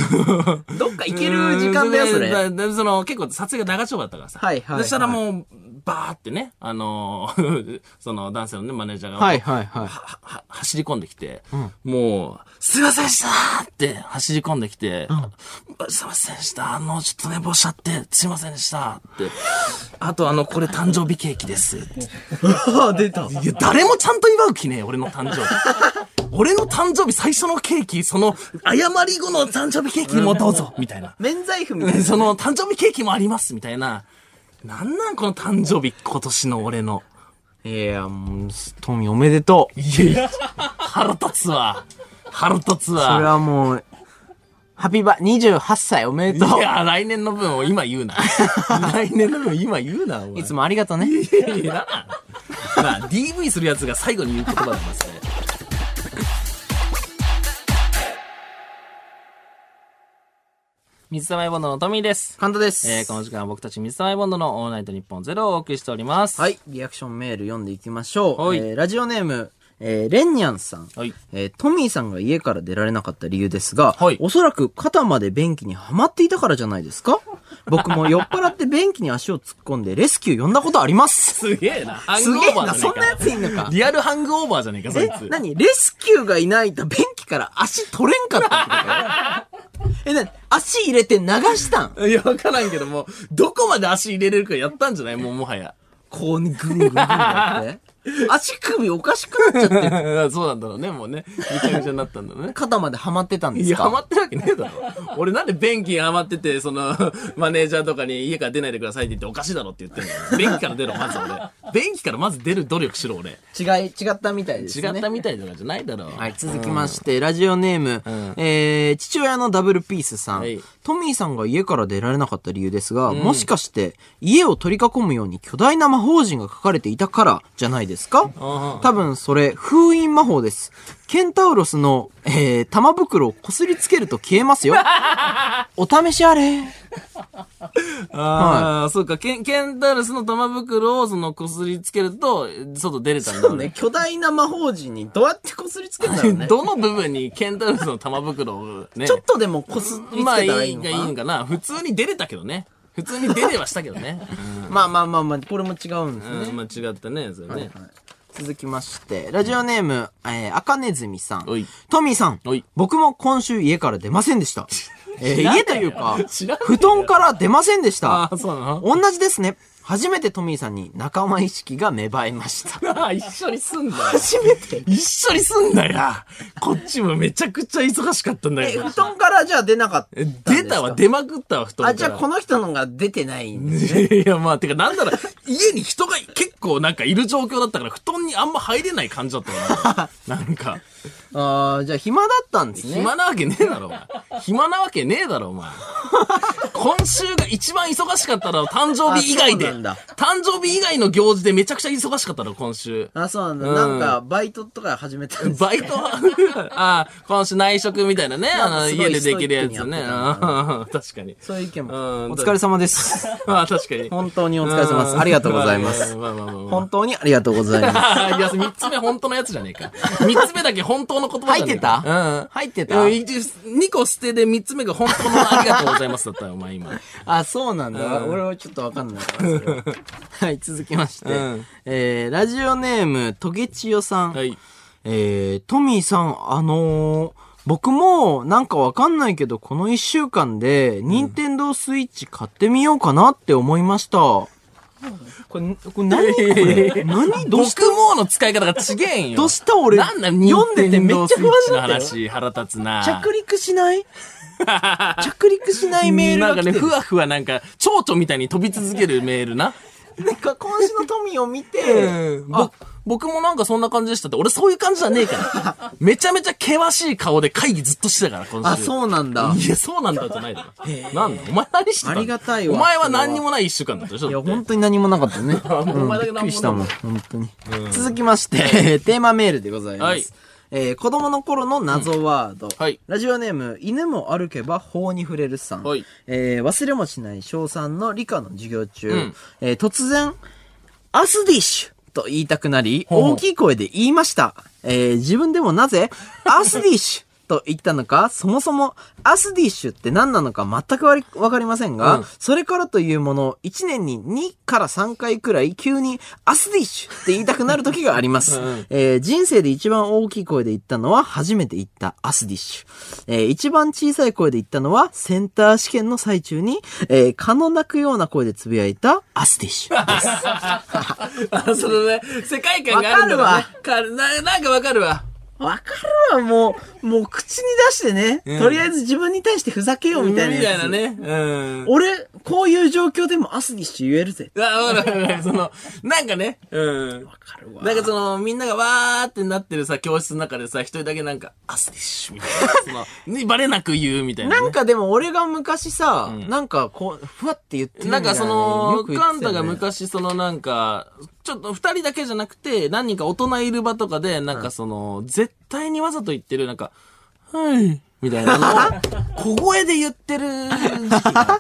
Speaker 2: どっか行ける時間だよ、それ。
Speaker 1: 結構撮影が長丁場だったからさ。そしたらもう、 バーってね、その男性のね、マネージャーが、
Speaker 2: はいはいはい。
Speaker 1: 走り込んできて、もう、すいませんでしたーって走り込んできて、すいませんでした、ちょっと寝坊しちゃって、すいませんでしたって。あとこれ誕生日ケーキです。
Speaker 2: 出た。
Speaker 1: いや、誰もちゃんと祝う気ねえ、俺の誕生日。俺の誕生日最初のケーキ、謝り後の誕生日ケーキにもどうぞ、みたいな。
Speaker 2: 免罪符みたいな。
Speaker 1: 誕生日ケーキもあります、みたいな。なんこの誕生日、今年の俺の。
Speaker 2: いや、もう、トミーおめでとう。
Speaker 1: いや、腹立つわ。それ
Speaker 2: はもう、28歳おめでとう。
Speaker 1: いや、来年の分を今言うな。来年の分今言うな、お前。
Speaker 2: いつもありがとうね。
Speaker 1: いや、まあ、DV するやつが最後に言う言葉なんですね。水溜りボンドのトミーです。
Speaker 2: カンタです。
Speaker 1: この時間は僕たち水溜りボンドのオールナイトニッポンゼロをお送りしております。
Speaker 2: はい。リアクションメール読んでいきましょう。
Speaker 1: はい。
Speaker 2: ラジオネーム、レンニャンさん。
Speaker 1: はい。
Speaker 2: トミーさんが家から出られなかった理由ですが、
Speaker 1: はい。
Speaker 2: おそらく肩まで便器にはまっていたからじゃないですか？僕も酔っ払って便器に足を突っ込んでレスキュー呼んだことあります。
Speaker 1: すげえな。
Speaker 2: すげえな。そんなやついんのか。
Speaker 1: リアルハングオーバーじゃねえか、そいつ。
Speaker 2: 何？レスキューがいないと便器から足取れんかったってこと？何？足入れて流したん？
Speaker 1: いや、わからんけども、どこまで足入れれるかやったんじゃないもはや。
Speaker 2: こうにぐんぐんやって。足首おかしくなっちゃって。
Speaker 1: そうなんだろうね、もうね。ぐちゃぐちゃになったんだろうね。
Speaker 2: 肩まではまってたんですか？
Speaker 1: いや、はまってるわけねえだろ。俺なんで便器がはまってて、マネージャーとかに家から出ないでくださいって言っておかしいだろって言ってんの。便器から出ろ、まず俺。便器からまず出る努力しろ、俺。
Speaker 2: 違ったみたいですね。
Speaker 1: 違ったみたいとかじゃないだろう。
Speaker 2: はい、続きまして、ラジオネーム、父親のダブルピースさん。はい、トミーさんが家から出られなかった理由ですが、もしかして、家を取り囲むように巨大な魔法陣が書かれていたからじゃないですか？多分それ、封印魔法です。ケンタウロスの、玉袋をこすりつけると消えますよ。お試しあれ。
Speaker 1: はい、そうか。ケンタウロスの玉袋をこすりつけると、外出れたんだろうね。
Speaker 2: そうね。巨大な魔法陣にどうやってこすりつけるんだろうね。
Speaker 1: どの部分にケンタウロスの玉袋をね。
Speaker 2: ちょっとでもこすりつけたらいいのかな。まあい
Speaker 1: いんかな。普通に出れたけどね。普通に出れはしたけどね。
Speaker 2: まあ、これも違うんですね。
Speaker 1: まあ違ったね、それね。はいはい、
Speaker 2: 続きまして、ラジオネーム、赤ネズミさん。
Speaker 1: ト
Speaker 2: ミーさん。僕も今週家から出ませんでした。家というか、布団から出ませんでした。
Speaker 1: あ、そうなの？
Speaker 2: 同じですね。初めてトミーさんに仲間意識が芽生えました。
Speaker 1: 一緒に住んだよ。
Speaker 2: 初めて
Speaker 1: 一緒に住んだよ。こっちもめちゃくちゃ忙しかったんだよ。
Speaker 2: 布団からじゃあ出なかったんですか？
Speaker 1: 出たわ、出まくったわ、布団から。
Speaker 2: じゃあこの人のが出てないんですね。
Speaker 1: いや、まあ、てかなんなら、家に人が結構なんかいる状況だったから、布団にあんま入れない感じだったから。なんか。
Speaker 2: じゃあ暇だったんですね。
Speaker 1: 暇なわけねえだろ、お前。暇なわけねえだろ、お前。今週が一番忙しかっただろ、誕生日以外で。誕生日以外の行事でめちゃくちゃ忙しかったろ、今週。
Speaker 2: あ、そうなんだ。なんか、バイトとか始めたんですか？
Speaker 1: バイトは今週内職みたいなね、家でできるやつね。確かに。
Speaker 2: そういう意見も。お疲れ様です。
Speaker 1: 確かに。
Speaker 2: 本当にお疲れ様です。ありがとうございます。本当にありがとうございます。
Speaker 1: いや、3つ目本当のやつじゃねえか。3つ目だけ本当の言葉じゃねえか。
Speaker 2: 入ってた
Speaker 1: 2個捨てで3つ目が本当のありがとうございますだったよ、お前今。
Speaker 2: あ、そうなんだ。俺はちょっとわかんないから、それは。はい、続きまして。ラジオネーム、トゲチヨさん。はい。トミーさん、僕もなんかわかんないけど、この1週間で、ニンテンドースイッチ買ってみようかなって思いました。これ何どうした
Speaker 1: 僕もの使い方が違えんよ。
Speaker 2: どうした俺。
Speaker 1: なんだ、
Speaker 2: 読んでてめっちゃ不安
Speaker 1: な話、腹立つな。
Speaker 2: 着陸しない着陸しないメールが来てる。
Speaker 1: なんかね、ふわふわなんか、蝶々みたいに飛び続けるメールな。
Speaker 2: なんか今週のトミーを見て、
Speaker 1: 僕もなんかそんな感じでしたって。俺そういう感じじゃねえから。めちゃめちゃ険しい顔で会議ずっとしてたから、今週。
Speaker 2: あ、そうなんだ。
Speaker 1: いや、そうなんだじゃないだろ。なんだお前何してたの？
Speaker 2: ありがたいわ。
Speaker 1: お前は何にもない一週間だったでしょ？
Speaker 2: いや、本当に何もなかったね。
Speaker 1: お前だけ
Speaker 2: びっくりしたもん、本当に。続きまして、テーマメールでございます。子供の頃の謎ワード。ラジオネーム、犬も歩けば法に触れるさん。忘れもしない小3の理科の授業中、突然、アスディッシュと言いたくなり、大きい声で言いました。自分でもなぜ、アスディッシュと言ったのか、そもそもアスディッシュって何なのか全くわかりませんが、それからというもの、1年に2から3回くらい急にアスディッシュって言いたくなる時があります。人生で一番大きい声で言ったのは初めて言ったアスディッシュ。一番小さい声で言ったのはセンター試験の最中に、蚊の鳴くような声でつぶやいたアスディッシュです。
Speaker 1: そのね、世界観があるんだろうね。なんかわかるわ。
Speaker 2: わかるわ、もう口に出してね、とりあえず自分に対してふざけようみたいなやつ。
Speaker 1: みたいなね。
Speaker 2: 俺、こういう状況でもアスディッシュ言えるぜ。
Speaker 1: わかる。なんかね、
Speaker 2: わかるわ。
Speaker 1: なんかみんながわーってなってるさ、教室の中でさ、一人だけなんか、アスディッシュみたいな。バレなく言うみたいな、ね。
Speaker 2: なんかでも俺が昔さ、なんかこう、ふわって言ってるみたいな、ね。
Speaker 1: なんかカンタが昔なんか、ちょっと二人だけじゃなくて、何人か大人いる場とかで、なんか絶対にわざと言ってる、なんか、はい、みたいなのを、小声で言ってる時期があって、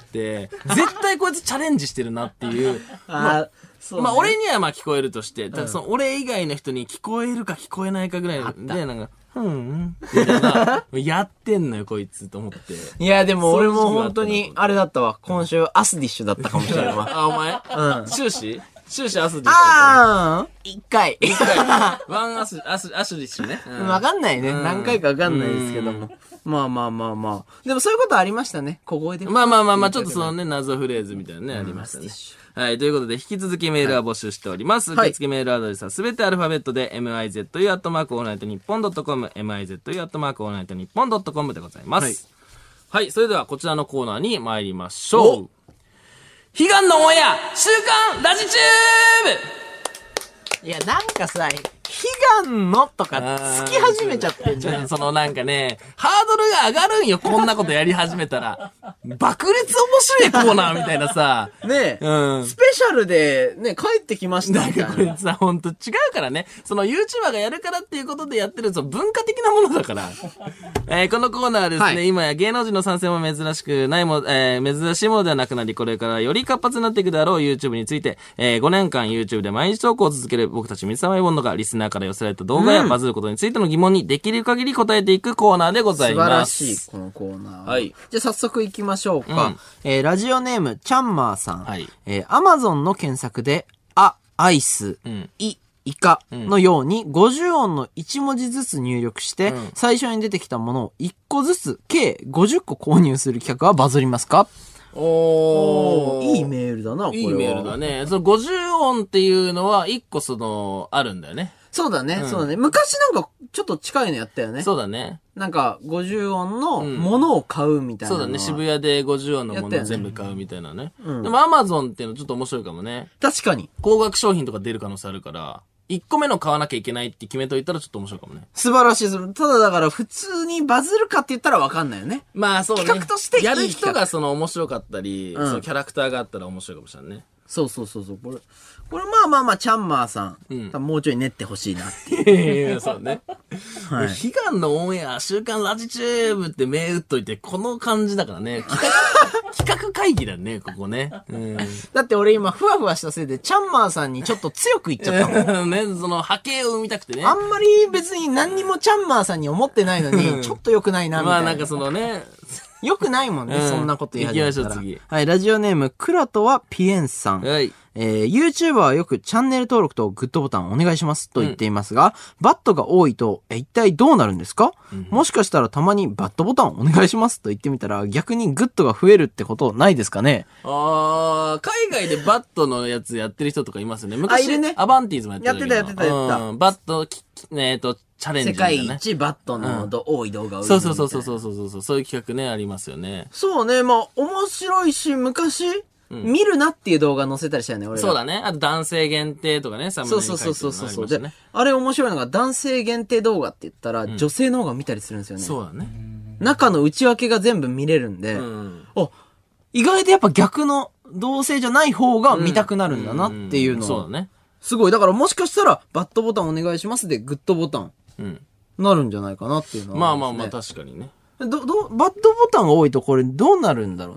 Speaker 1: 絶対こいつチャレンジしてるなっていう。まあ、俺には聞こえるとして、俺以外の人に聞こえるか聞こえないかぐらいで、なんか、みたいな、やってんのよ、こいつ、と思って。
Speaker 2: いや、でも俺も本当に、あれだったわ。今週、アスディッシュだったかもしれないわ。
Speaker 1: あ、お前終始アスディッシュ。
Speaker 2: 一回。
Speaker 1: ワンアスディッシュね。
Speaker 2: わかんないね。何回かわかんないですけども。まあ。でもそういうことありましたね。小声で。
Speaker 1: まあ、ちょっと謎フレーズみたいなね、ありましたね。はい。ということで、引き続きメールは募集しております。受付メールアドレスはすべてアルファベットで、mizu@allnightnippon.com、mizu@allnightnippon.com でございます。はい。それでは、こちらのコーナーに参りましょう。悲願のオンエア週刊ラジチュ
Speaker 2: ーブ。いや、なんかさ、悲願のとかつき始めちゃってんじゃん。
Speaker 1: なんかね、ハードルが上がるんよ、こんなことやり始めたら。爆裂面白いコーナーみたいなさ。
Speaker 2: ねえ、スペシャルでね、帰ってきましたみたいな。
Speaker 1: これさ、ほんと違うからね。YouTuber がやるからっていうことでやってる文化的なものだから。このコーナーはですね、今や芸能人の参戦も珍しくない珍しいものではなくなり、これからより活発になっていくであろう YouTube について、5年間 YouTube で毎日投稿を続ける僕たち水溜りボンドがリスナーから寄せられた動画やバズることについての疑問にできる限り答えていくコーナーでございます。
Speaker 2: 素晴らしい、このコーナー。はい。じゃあ早速行きましょうか。ラジオネーム、チャンマーさん。はい。Amazon の検索で、アイス、イカのように50音の1文字ずつ入力して、最初に出てきたものを1個ずつ計50個購入する企画はバズりますか？いいメールだな、これは。
Speaker 1: いいメールだね。50音っていうのは1個あるんだよね。
Speaker 2: そうだね、そうだね。昔なんかちょっと近いのやったよね。
Speaker 1: そうだね。
Speaker 2: なんか50音のものを買うみたいな、
Speaker 1: そうだね。渋谷で50音のものを全部買うみたいなね。でも Amazon っていうのちょっと面白いかもね。
Speaker 2: 確かに。
Speaker 1: 高額商品とか出る可能性あるから、1個目の買わなきゃいけないって決めといたらちょっと面白いかもね。
Speaker 2: 素晴らしい。ただだから普通にバズるかって言ったらわかんないよね。
Speaker 1: まあそうね。
Speaker 2: 企画としていい
Speaker 1: やる人が面白かったり、キャラクターがあったら面白いかもしれないね。
Speaker 2: そう。これまあ、チャンマーさん。もうちょい練ってほしいなっていう。
Speaker 1: いや、そうね。はい。悲願のオンエア、週刊ラジチューブって銘打っといて、この感じだからね。企画会議だね、ここね。
Speaker 2: だって俺今、ふわふわしたせいで、チャンマーさんにちょっと強く言っちゃったもん。
Speaker 1: ね、波形を生みたくてね。
Speaker 2: あんまり別に何にもチャンマーさんに思ってないのに、ちょっと良くないな、みたいな。
Speaker 1: まあなんかね。
Speaker 2: 良くないもんね、そんなこと言い始めたら。
Speaker 1: 行きましょう、次。
Speaker 2: はい、ラジオネーム、クラトはピエンさん。はい。YouTuber はよくチャンネル登録とグッドボタンお願いしますと言っていますが、バットが多いと、一体どうなるんですか？もしかしたらたまにバットボタンお願いしますと言ってみたら、逆にグッドが増えるってことないですかね？
Speaker 1: 海外でバットのやつやってる人とかいますよね。昔、アバンティーズもやってる。
Speaker 2: やってた。
Speaker 1: バット、チャレンジ、ね。
Speaker 2: 世界一バットの多い動画を
Speaker 1: そういう企画ね、ありますよね。
Speaker 2: そうね、まあ、面白いし、昔、見るなっていう動画載せたりしたよね、俺ら。
Speaker 1: そうだね。あと男性限定とかね、サムネに書いてるのありましたね。
Speaker 2: そう。で、あれ面白いのが男性限定動画って言ったら、女性の方が見たりするんですよね。
Speaker 1: そうだね。
Speaker 2: 中の内訳が全部見れるんで、意外とやっぱ逆の同性じゃない方が見たくなるんだなっていうの
Speaker 1: そうだね。
Speaker 2: すごい。だからもしかしたら、バットボタンお願いしますで、グッドボタン。なるんじゃないかなっていうのは、
Speaker 1: まあ、確かにね。
Speaker 2: バットボタンが多いとこれどうなるんだろうね。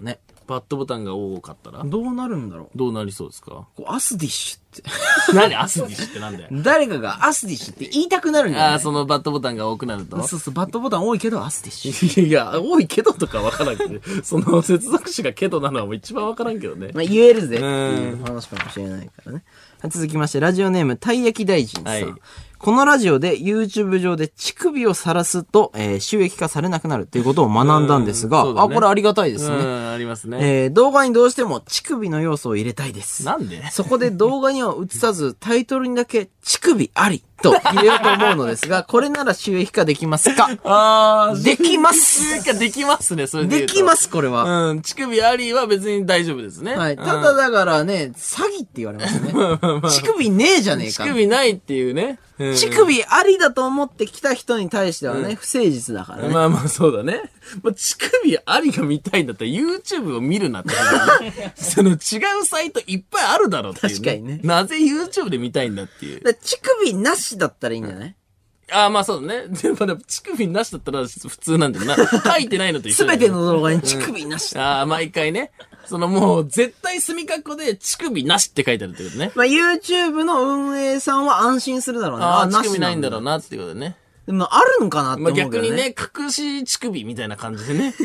Speaker 1: バットボタンが多かったら
Speaker 2: どうなるんだろう。
Speaker 1: どうなりそうですか？
Speaker 2: こうアスディッシュって。
Speaker 1: 何アスディッシュってなんだよ。
Speaker 2: 誰かがアスディッシュって言いたくなるんじゃない？
Speaker 1: ああ、そのバットボタンが多くなると。
Speaker 2: そうそう、バットボタン多いけどアスディッシュ。
Speaker 1: いや、多いけどとかわからんけど、その接続詞がけどなのはもう一番わからんけどね。
Speaker 2: まあ言えるぜっていう話かもしれないからね。続きまして、ラジオネーム、たい焼き大臣さん。はい、このラジオで YouTube 上で乳首を晒すと、収益化されなくなるっていうことを学んだんですが、ね、これありがたいですね。
Speaker 1: ありますね。
Speaker 2: 動画にどうしても乳首の要素を入れたいです。
Speaker 1: なんで？
Speaker 2: そこで動画には映さず、タイトルにだけ乳首ありと入れようと思うのですが、これなら収益化できますか？できます。
Speaker 1: 収益化できますね、それで言うと。
Speaker 2: できます、これは。
Speaker 1: うん、乳首ありは別に大丈夫ですね。
Speaker 2: はい。ただだからね、詐欺って言われますね。乳首ねえじゃねえか。
Speaker 1: 乳首ないっていうね。
Speaker 2: 乳首ありだと思って来た人に対してはね、不誠実だからね。
Speaker 1: まあまあそうだね。まあ、乳首ありが見たいんだったら YouTube を見るなって、ね。その違うサイトいっぱいあるだろっていう、ね。
Speaker 2: 確かにね。
Speaker 1: なぜ YouTube で見たいんだっていう。
Speaker 2: 乳首なしだったらいいんじゃない？
Speaker 1: ああ、まあそうだね。でも乳首なしだったら普通なんだよな。書いてないのと一緒だよね。
Speaker 2: すべての動画に乳首なし。
Speaker 1: ああ、毎回ね。そのもう絶対墨括弧で乳首なしって書いてあるってことね。
Speaker 2: まあ YouTube の運営さんは安心するだろうね。
Speaker 1: ああ、乳首ないんだろうなってことね。
Speaker 2: でもあるのかなって思うけどね。
Speaker 1: まあ逆にね、隠し乳首みたいな感じでね。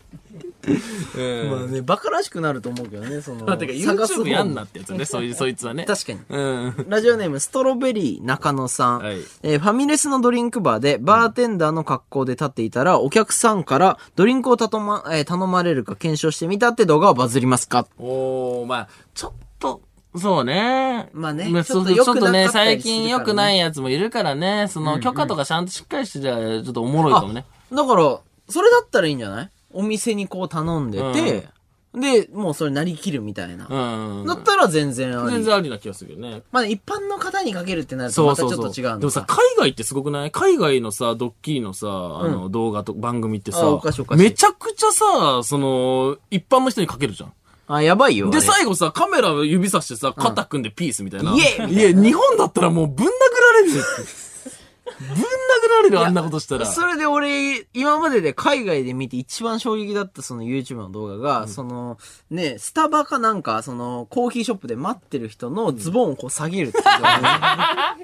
Speaker 2: まあね、バカらしくなると思うけどね、その。
Speaker 1: まあ、てか YouTube やんなってやつね、そいつはね。
Speaker 2: 確かに。ラジオネーム、ストロベリー中野さん。はい、ファミレスのドリンクバーで、バーテンダーの格好で立っていたら、お客さんからドリンクを頼まれるか検証してみたって動画はバズりますか？
Speaker 1: まあ、ちょっと、そうね。
Speaker 2: まあね。
Speaker 1: ちょっとね、最近良くないやつもいるからね、その許可とかちゃんとしっかりしてじゃちょっとおもろいかもね。
Speaker 2: だから、それだったらいいんじゃない？お店にこう頼んでて、で、もうそれなりきるみたいな。だったら全然あり。
Speaker 1: 全然ありな気がするよね。
Speaker 2: まあ一般の方にかけるってなるとまたちょっと違うんだ。
Speaker 1: でもさ、海外ってすごくない？海外のさ、ドッキリのさ、動画と番組ってさ、めちゃくちゃさ、その、一般の人にかけるじゃん。
Speaker 2: あ、やばいよ。
Speaker 1: で、最後さ、カメラ指さしてさ、肩組んでピースみたいな。いや、日本だったらもうぶん殴られる。ぶん殴られる、あんなことしたら。
Speaker 2: それで俺、今までで海外で見て一番衝撃だったその YouTube の動画が、その、ね、スタバかなんか、その、コーヒーショップで待ってる人のズボンをこう下げるっていう、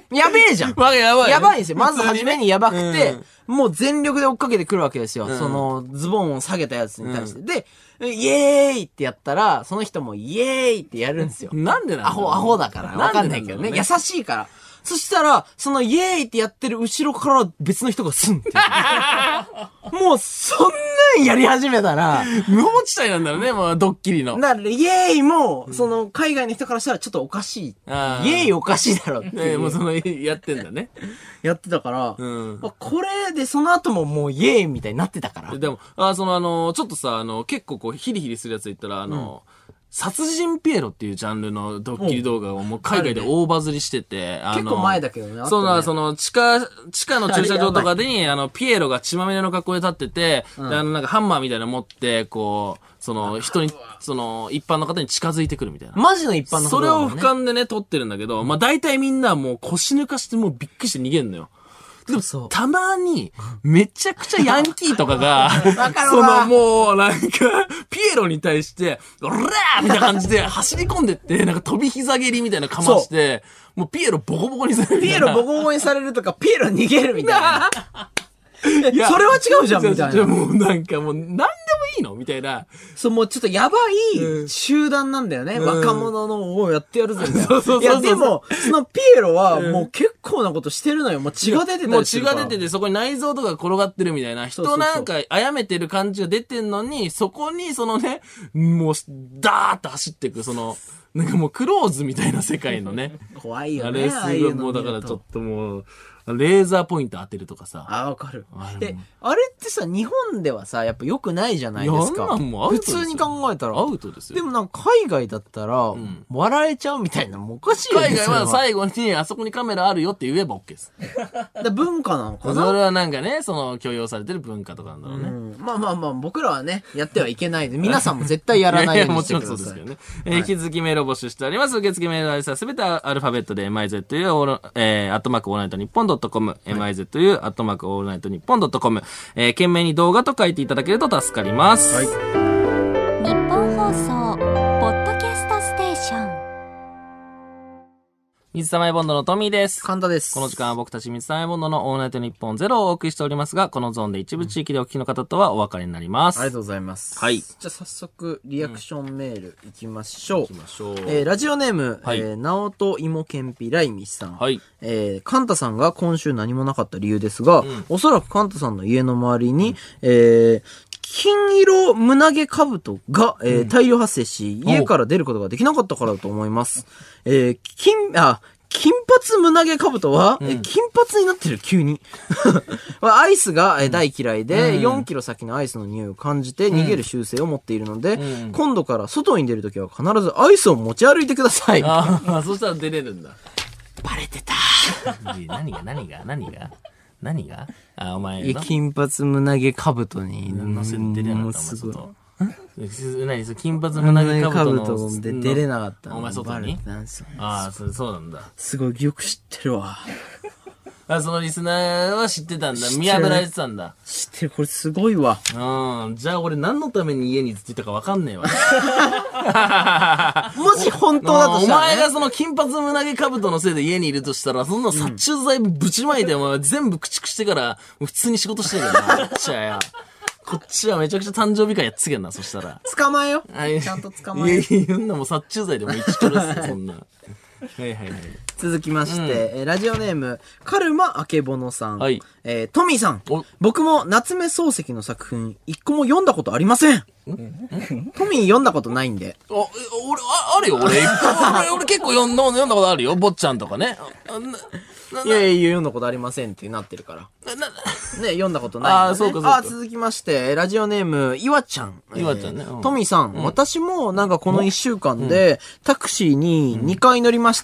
Speaker 2: やべえじゃん。やばいんですよ。まず初めにやばくて、もう全力で追っかけてくるわけですよ。その、ズボンを下げたやつに対して。で、イエーイってやったら、その人もイエーイってやるんですよ。
Speaker 1: なんでなんだ
Speaker 2: アホだから。わかんないけどね。優しいから。そしたら、そのイエーイってやってる後ろから別の人がスンって。もう、そんなんやり始めたら、
Speaker 1: 無法地帯なんだろうね、もうドッキリの。
Speaker 2: だから、イエーイも、その、海外の人からしたらちょっとおかしい。イエーイおかしいだろっていう。
Speaker 1: もうその、やってんだね。
Speaker 2: やってたから、これでその後ももうイエーイみたいになってたから。
Speaker 1: でも、ちょっとさ、結構こう、ヒリヒリするやつ言ったら、殺人ピエロっていうジャンルのドッキリ動画をもう海外で大バズりしてて、
Speaker 2: 結構前だけどね。
Speaker 1: その地下の駐車場とかでに、ピエロが血まみれの格好で立ってて、なんかハンマーみたいなの持って、こう、その人に、その一般の方に近づいてくるみたいな。
Speaker 2: マジの一般の方
Speaker 1: それを俯瞰でね、撮ってるんだけど、まあ大体みんなもう腰抜かしてもうびっくりして逃げんのよ。でも、たまに、めちゃくちゃヤンキーとかが、そのもう、なんか、ピエロに対して、オラーみたいな感じで走り込んでって、なんか飛び膝蹴りみたいなかまして、もうピエロボコボコにされる。
Speaker 2: ピエロボコボコにされるとか、ピエロ逃げるみたいな。いや、それは違うじゃん、みたいな。
Speaker 1: もうなんかもう、なんでもいいのみたいな。
Speaker 2: そう、もうちょっとやばい集団なんだよね。若者のをやってやるぜ、みたいな。そう。いや、でも、そのピエロはもう結構なことしてるのよ。もう血が出てたりする。
Speaker 1: もう血が出てて、そこに内臓とか転がってるみたいな。人なんか殺めてる感じが出てんのに、そこにそのね、もう、ダーッと走っていく、その、なんかもうクローズみたいな世界のね。
Speaker 2: 怖いよね。
Speaker 1: あれすごい、もうだからちょっともう、レーザーポイント当てるとかさ。
Speaker 2: あ、わかる。あれってさ、日本ではさ、やっぱ良くないじゃないですか。普通に考えたら。
Speaker 1: アウトですよ。
Speaker 2: でもなんか海外だったら、笑えちゃうみたいな、もうおかしいよね。
Speaker 1: 海外は最後に、あそこにカメラあるよって言えば OK です。
Speaker 2: 文化なのかな？
Speaker 1: それはなんかね、その、許容されてる文化とかなんだろうね。
Speaker 2: まあ、僕らはね、やってはいけないで、皆さんも絶対やらないようにしてください。
Speaker 1: もちろんそうですけどね。引き続きメールを募集しております。受付メールのアドレスはすべてアルファベットで MIZ という、アットマークオールナイトニッポンドットコム、MIZ という、アットマークオールナイトニッポンドットコム、懸命に動画と書いていただけると助かります。
Speaker 3: 日本放送
Speaker 1: 水溜りボンドのトミーです。
Speaker 2: 神田です。
Speaker 1: この時間は僕たち水溜りボンドのオールナイトニッポンゼロをお送りしておりますが、このゾーンで一部地域でお聞きの方とはお別れになります。
Speaker 2: ありがとうございます。
Speaker 1: はい。
Speaker 2: じゃあ早速、リアクションメールいきましょう。
Speaker 1: 行きましょう。
Speaker 2: ラジオネーム、
Speaker 1: はい
Speaker 2: 直人芋けんぴらいみしさん。
Speaker 1: はい。
Speaker 2: カンタさんが今週何もなかった理由ですが、おそらくカンタさんの家の周りに、金色胸毛兜が、大量発生し、家から出ることができなかったからだと思います。金髪胸毛兜は、金髪になってる、急に。アイスが、大嫌いで、4キロ先のアイスの匂いを感じて逃げる習性を持っているので、今度から外に出るときは必ずアイスを持ち歩いてください。
Speaker 1: ああ、そしたら出れるんだ。
Speaker 2: バレてた。
Speaker 1: 何があ、お前の。
Speaker 2: 金髪胸毛兜に
Speaker 1: 乗せて出れなかった、お前外。何それ金髪
Speaker 2: 胸
Speaker 1: 胸毛兜
Speaker 2: 兜で出れなかったの。
Speaker 1: お前外にああ、そうなんだ。
Speaker 2: すごいよく知ってるわ。
Speaker 1: あ、そのリスナーは知ってたんだ。見破られてたんだ。
Speaker 2: 知ってる、これすごいわ。
Speaker 1: うん。じゃあ俺何のために家にずっといたかわかんねえわ。
Speaker 2: もし本当だとしたら、ね、
Speaker 1: お前がその金髪胸毛兜のせいで家にいるとしたら、そんな殺虫剤ぶちまいて、お前全部駆逐してから、もう普通に仕事してるからな。こっちはや。こっちはめちゃくちゃ誕生日会やっつけんな、そしたら。
Speaker 2: 捕まえよ。ちゃんと捕まえよ。
Speaker 1: いやんなもう殺虫剤でも一緒ですよ、そんな。はいはいはい。
Speaker 2: 続きまして、ラジオネーム、カルマあけぼのさん。
Speaker 1: はい。
Speaker 2: トミーさん。僕も夏目漱石の作品、一個も読んだことありません。トミー読んだことないんで。
Speaker 1: あるよ、俺結構読んだことあるよ、坊ちゃんとかね。
Speaker 2: いや読んだことありませんってなってるから。ね、読んだことないんだ、ね。
Speaker 1: そうか。
Speaker 2: 続きまして、ラジオネーム、いわちゃん。
Speaker 1: いわちゃんね。
Speaker 2: トミーさん、私もなんかこの1週間で、タクシーに2回乗りました。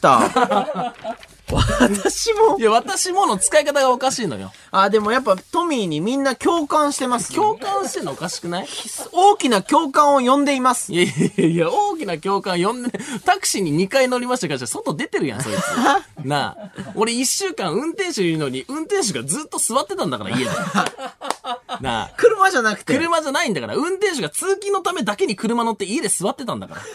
Speaker 2: 私も。
Speaker 1: いや、私もの使い方がおかしいのよ。
Speaker 2: でもやっぱトミーにみんな共感してます。
Speaker 1: 共感してんのおかしくない？
Speaker 2: 大きな共感を呼んでいます。
Speaker 1: いや、大きな共感呼んで、タクシーに2回乗りましたから、外出てるやん、そいつ。なあ。俺1週間運転手いるのに、運転手がずっと座ってたんだから、家で。なあ。
Speaker 2: 車じゃなくて。
Speaker 1: 車じゃないんだから、運転手が通勤のためだけに車乗って家で座ってたんだから。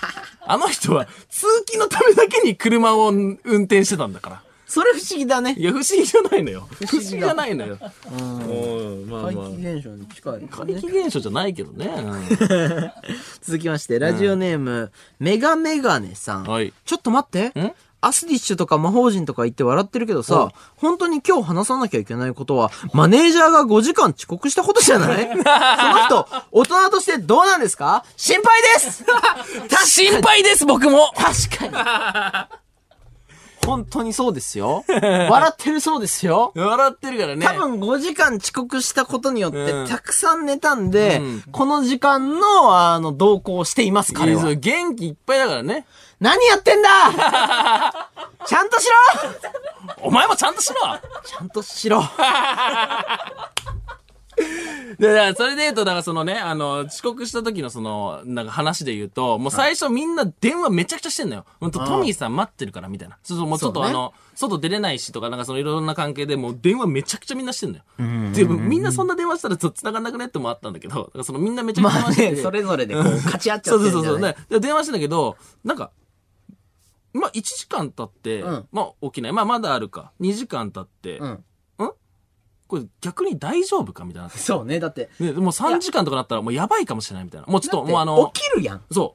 Speaker 1: あの人は、通勤のためだけに車を運転してたんだから。
Speaker 2: それ不思議だね。
Speaker 1: いや、不思議じゃないのよ。不思議じゃないのよ。
Speaker 2: 怪奇現象に近い、ね。
Speaker 1: 怪奇現象じゃないけどね。
Speaker 2: 続きまして、ラジオネーム、メガメガネさん。
Speaker 1: はい。
Speaker 2: ちょっと待って。アスディッシュとか魔法陣とか言って笑ってるけどさ、本当に今日話さなきゃいけないことは、マネージャーが5時間遅刻したことじゃないその人、大人としてどうなんですか？心配です
Speaker 1: 心配です、僕も
Speaker 2: 確かに本当にそうですよ。笑ってるそうですよ。
Speaker 1: 笑ってるからね。
Speaker 2: 多分5時間遅刻したことによって、たくさん寝たんで、この時間の、同行をしています、彼は。
Speaker 1: 元気いっぱいだからね。
Speaker 2: 何やってんだちゃんとしろ
Speaker 1: お前もちゃんとしろ
Speaker 2: ちゃんとしろ
Speaker 1: で、それで言うと、だからそのね、遅刻した時のその、なんか話で言うと、もう最初みんな電話めちゃくちゃしてんのよ。トミーさん待ってるから、みたいな。もうちょっと外出れないしとか、なんかそのいろんな関係でもう電話めちゃくちゃみんなしてんのよ。でもみんなそんな電話したら繋がんなくねってもあったんだけど、だからそのみんなめちゃくちゃ電話してて。
Speaker 2: それぞれでこう、勝ち合っちゃってるんじゃない
Speaker 1: そうね。で、電話してんだけど、なんか、1時間経って、起きない。まだあるか。2時間経って、これ逆に大丈夫かみたいな。
Speaker 2: そうね、だって。
Speaker 1: ね、もう3時間とかなったらもうやばいかもしれないみたいな。もうちょっともう
Speaker 2: 起きるやん。
Speaker 1: そう。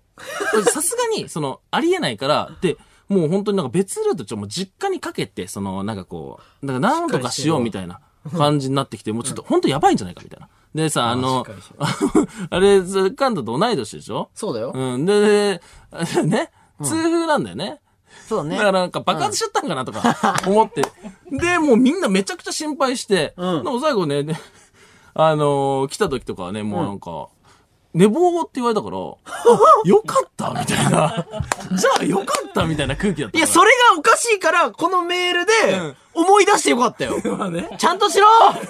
Speaker 1: さすがに、ありえないから、で、もう本当になんか別ルートもう実家にかけて、なんかこう、なんとかしようみたいな感じになってきて、もうちょっと本当やばいんじゃないかみたいな。でさ、あれ、カンタと同い年でしょ？
Speaker 2: そうだよ。
Speaker 1: で、ね、痛風なんだよね。
Speaker 2: そうね。
Speaker 1: だからなんか爆発しちゃったんかなとか思って。で、もうみんなめちゃくちゃ心配して、なんか最後ね、来た時とかはね、もうなんか、寝坊って言われたから、よかったみたいな。じゃあよかったみたいな空気だった。
Speaker 2: いや、それがおかしいから、このメールで、思い出してよかったよ。ちゃんとしろ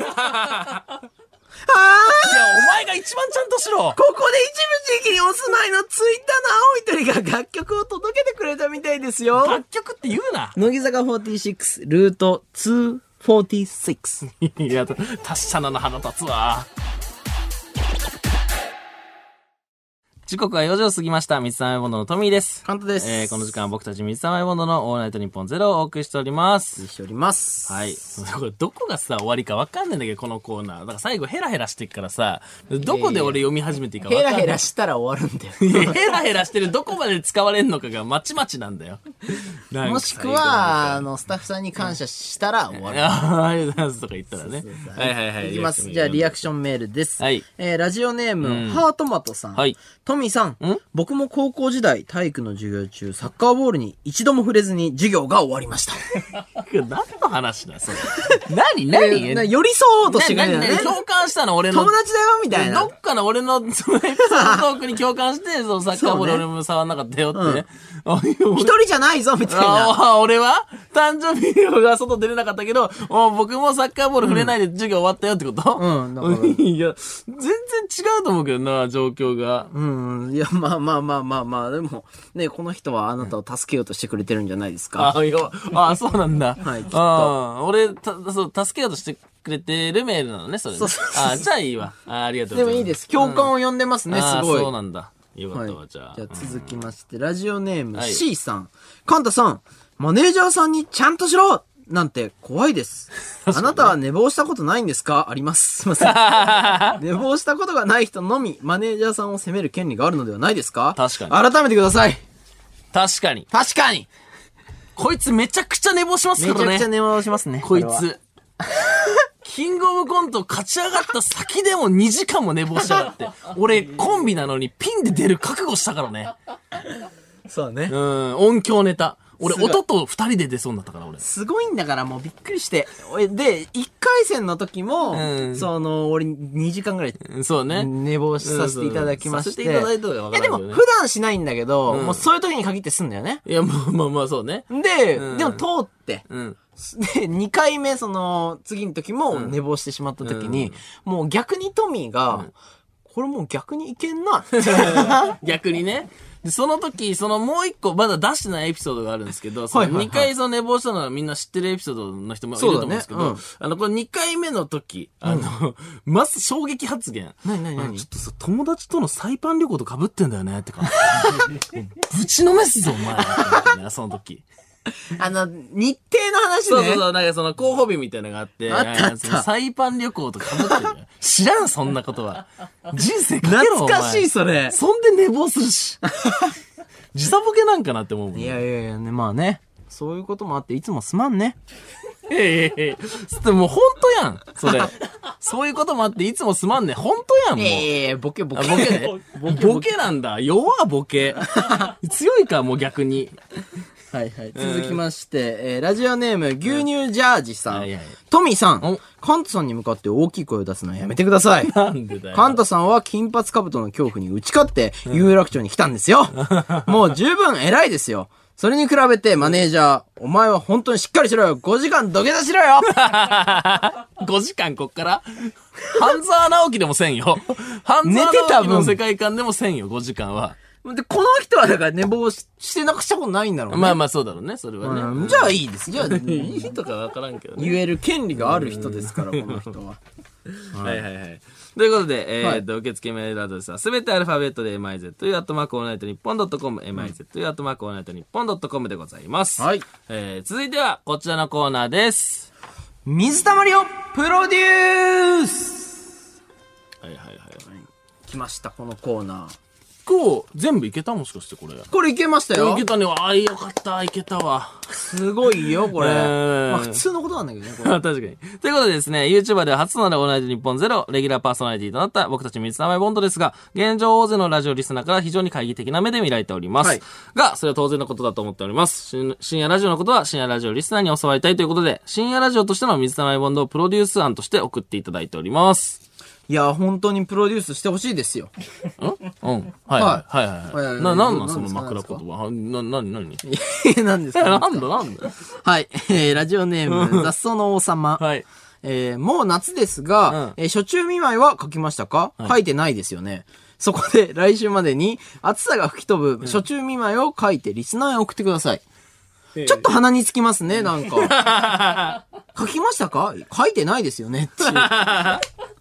Speaker 1: いや、お前が一番ちゃんとしろ。
Speaker 2: ここで一部地域にお住まいのツイッターの青い鳥が楽曲を届けてくれたみたいですよ。
Speaker 1: 楽曲って言うな。
Speaker 2: 乃木坂46、ルート246。
Speaker 1: いや、達者なの腹立つわ。 時刻は4時を過ぎました。水溜りボンドのトミーです。
Speaker 2: カントです。
Speaker 1: この時間は僕たち水溜りボンドのオールナイトニッポンゼロをお送りしております。
Speaker 2: しております。
Speaker 1: はい。これどこがさ、終わりか分かんないんだけど、このコーナー。だから最後ヘラヘラしてっからさ、どこで俺読み始めていいか分かんない。
Speaker 2: ヘラヘラしたら終わるんだよ。
Speaker 1: いや、ヘラヘラしてるどこまで使われんのかがまちまちなんだよ。
Speaker 2: もしくは、スタッフさんに感謝したら終わる。
Speaker 1: ありがとうございますとか言ったらね。はいはいはい。
Speaker 2: いきます。じゃあリアクションメールです。
Speaker 1: はい。
Speaker 2: ラジオネーム、ハートマトさん。
Speaker 1: はい。
Speaker 2: トミーさん。僕も高校時代、体育の授業中、サッカーボールに一度も触れずに授業が終わりました。
Speaker 1: 何の話だ、それ。何
Speaker 2: 寄り添おうとしてくれるね。
Speaker 1: 共感したの俺の。
Speaker 2: 友達だよみたいな。
Speaker 1: どっかの俺の、そのエピソードトークに共感して、そのサッカーボール俺も触んなかったよってね。
Speaker 2: 一人じゃないぞみたいな。
Speaker 1: 俺は誕生日が外出れなかったけど、僕もサッカーボール触れないで授業終わったよってこと？いや、全然違うと思うけどな、状況が。
Speaker 2: いや、まあ、でも、ね、この人はあなたを助けようとしてくれてるんじゃないですか。
Speaker 1: そうなんだ。
Speaker 2: はい、きっと。
Speaker 1: 俺、助けようとしてくれてるメールなのね、それね。じゃあいいわ。ありがとうございます。
Speaker 2: でもいいです。共感を呼んでますね、すごい。
Speaker 1: そうなんだ。よかったわ、じゃあ。
Speaker 2: じゃあ続きまして、ラジオネーム C さん。カンタさん、マネージャーさんにちゃんとしろなんて怖いです。あなたは寝坊したことないんですか？あります。すいません。寝坊したことがない人のみ、マネージャーさんを責める権利があるのではないですか？
Speaker 1: 確かに。
Speaker 2: 改めてください。
Speaker 1: 確かに。こいつめちゃくちゃ寝坊しますからね。
Speaker 2: めちゃくちゃ寝坊しますね。
Speaker 1: こいつ。キングオブコント勝ち上がった先でも2時間も寝坊しやがって。俺、コンビなのにピンで出る覚悟したからね。
Speaker 2: そうね。
Speaker 1: 音響ネタ。俺、音と2人で出そうになったから、俺。
Speaker 2: すごいんだから、もうびっくりして。で、1回戦の時も、俺2時間ぐらい、
Speaker 1: そうね。
Speaker 2: 寝坊させていただきまして。
Speaker 1: させていただいたら分かる。
Speaker 2: いや、でも、普段しないんだけど、もうそういう時に限ってすんだよね。
Speaker 1: いや、まあ、そうね。
Speaker 2: で、でも通って、で、2回目、次の時も寝坊してしまった時に、もう逆にトミーが、これもう逆にいけんな。
Speaker 1: 逆にね。で、その時、もう一個まだ出してないエピソードがあるんですけど、2回寝坊したのはみんな知ってるエピソードの人もいると思うんですけど、これ2回目の時、まず衝撃発言。
Speaker 2: 何
Speaker 1: ちょっとさ、友達とのサイパン旅行と被ってんだよね、ってか。ぶちのめすぞ、お前。その時。
Speaker 2: 日程の話ね。
Speaker 1: そう、なんか候補日みたいなのがあって、サイパン旅行と被ってるよ。知らん、そんなことは。人生かけろ、
Speaker 2: 懐かしい、それ。
Speaker 1: そんで寝坊するし。時差ボケなんかなって思うもん。
Speaker 2: いや、ね、まあね。そういうこともあって、いつもすまんね。
Speaker 1: もう本当やん、それ。そういうこともあって、いつもすまんね。本当やん、もう。
Speaker 2: ボケ。
Speaker 1: ボケなんだ。弱ボケ。強いか、もう逆に。
Speaker 2: はい。続きまして、ラジオネーム、牛乳ジャージさん。トミーさん、カンタさんに向かって大きい声を出すのはやめてください。
Speaker 1: なんでだよ。
Speaker 2: カンタさんは金髪兜の恐怖に打ち勝って、有楽町に来たんですよ。もう十分偉いですよ。それに比べてマネージャー、お前は本当にしっかりしろよ。5時間土下座しろよ。
Speaker 1: 5時間こっから半沢直樹でもせんよ。半沢直樹の世界観でもせんよ、5時間は。
Speaker 2: で、この人はだから寝坊してなくしたことないんだろうね。
Speaker 1: まあそうだろうね、それはね。
Speaker 2: じゃあいいです。じゃあ、
Speaker 1: いいとかわからんけどね。
Speaker 2: 言える権利がある人ですから、この人は。
Speaker 1: はい。ということで、受付メールアドレスはすべてアルファベットで mizu@allnightnippon.com、mizu@allnightnippon.com でございます。
Speaker 2: はい。
Speaker 1: 続いてはこちらのコーナーです。
Speaker 2: 水溜りをプロデュース。
Speaker 1: はい。
Speaker 2: 来ました、このコーナー。
Speaker 1: 今日全部いけた？もしかしてこれ。
Speaker 2: これいけましたよ。
Speaker 1: いけたね。よかった。いけたわ。
Speaker 2: すごいよ、これ。まあ普通のことなんだけどね、これ。
Speaker 1: 確かに。ということでですね、YouTuber では初となるオールナイトニッポンゼロ、レギュラーパーソナリティとなった僕たち水溜りボンドですが、現状大勢のラジオリスナーから非常に懐疑的な目で見られております。が、それは当然のことだと思っております。深夜ラジオのことは深夜ラジオリスナーに教わりたいということで、深夜ラジオとしての水溜りボンドをプロデュース案として送っていただいております。
Speaker 2: いや、本当にプロデュースしてほしいですよ。
Speaker 1: はい。なんその枕言葉。何
Speaker 2: 何ですか？
Speaker 1: なんだ
Speaker 2: はい。ラジオネーム、雑草の王様。
Speaker 1: はい。
Speaker 2: もう夏ですが、暑中見舞いは書きましたか？書いてないですよね。そこで来週までに暑さが吹き飛ぶ暑中見舞いを書いてリスナーへ送ってください。ちょっと鼻につきますね、なんか。書きましたか？書いてないですよね。っていう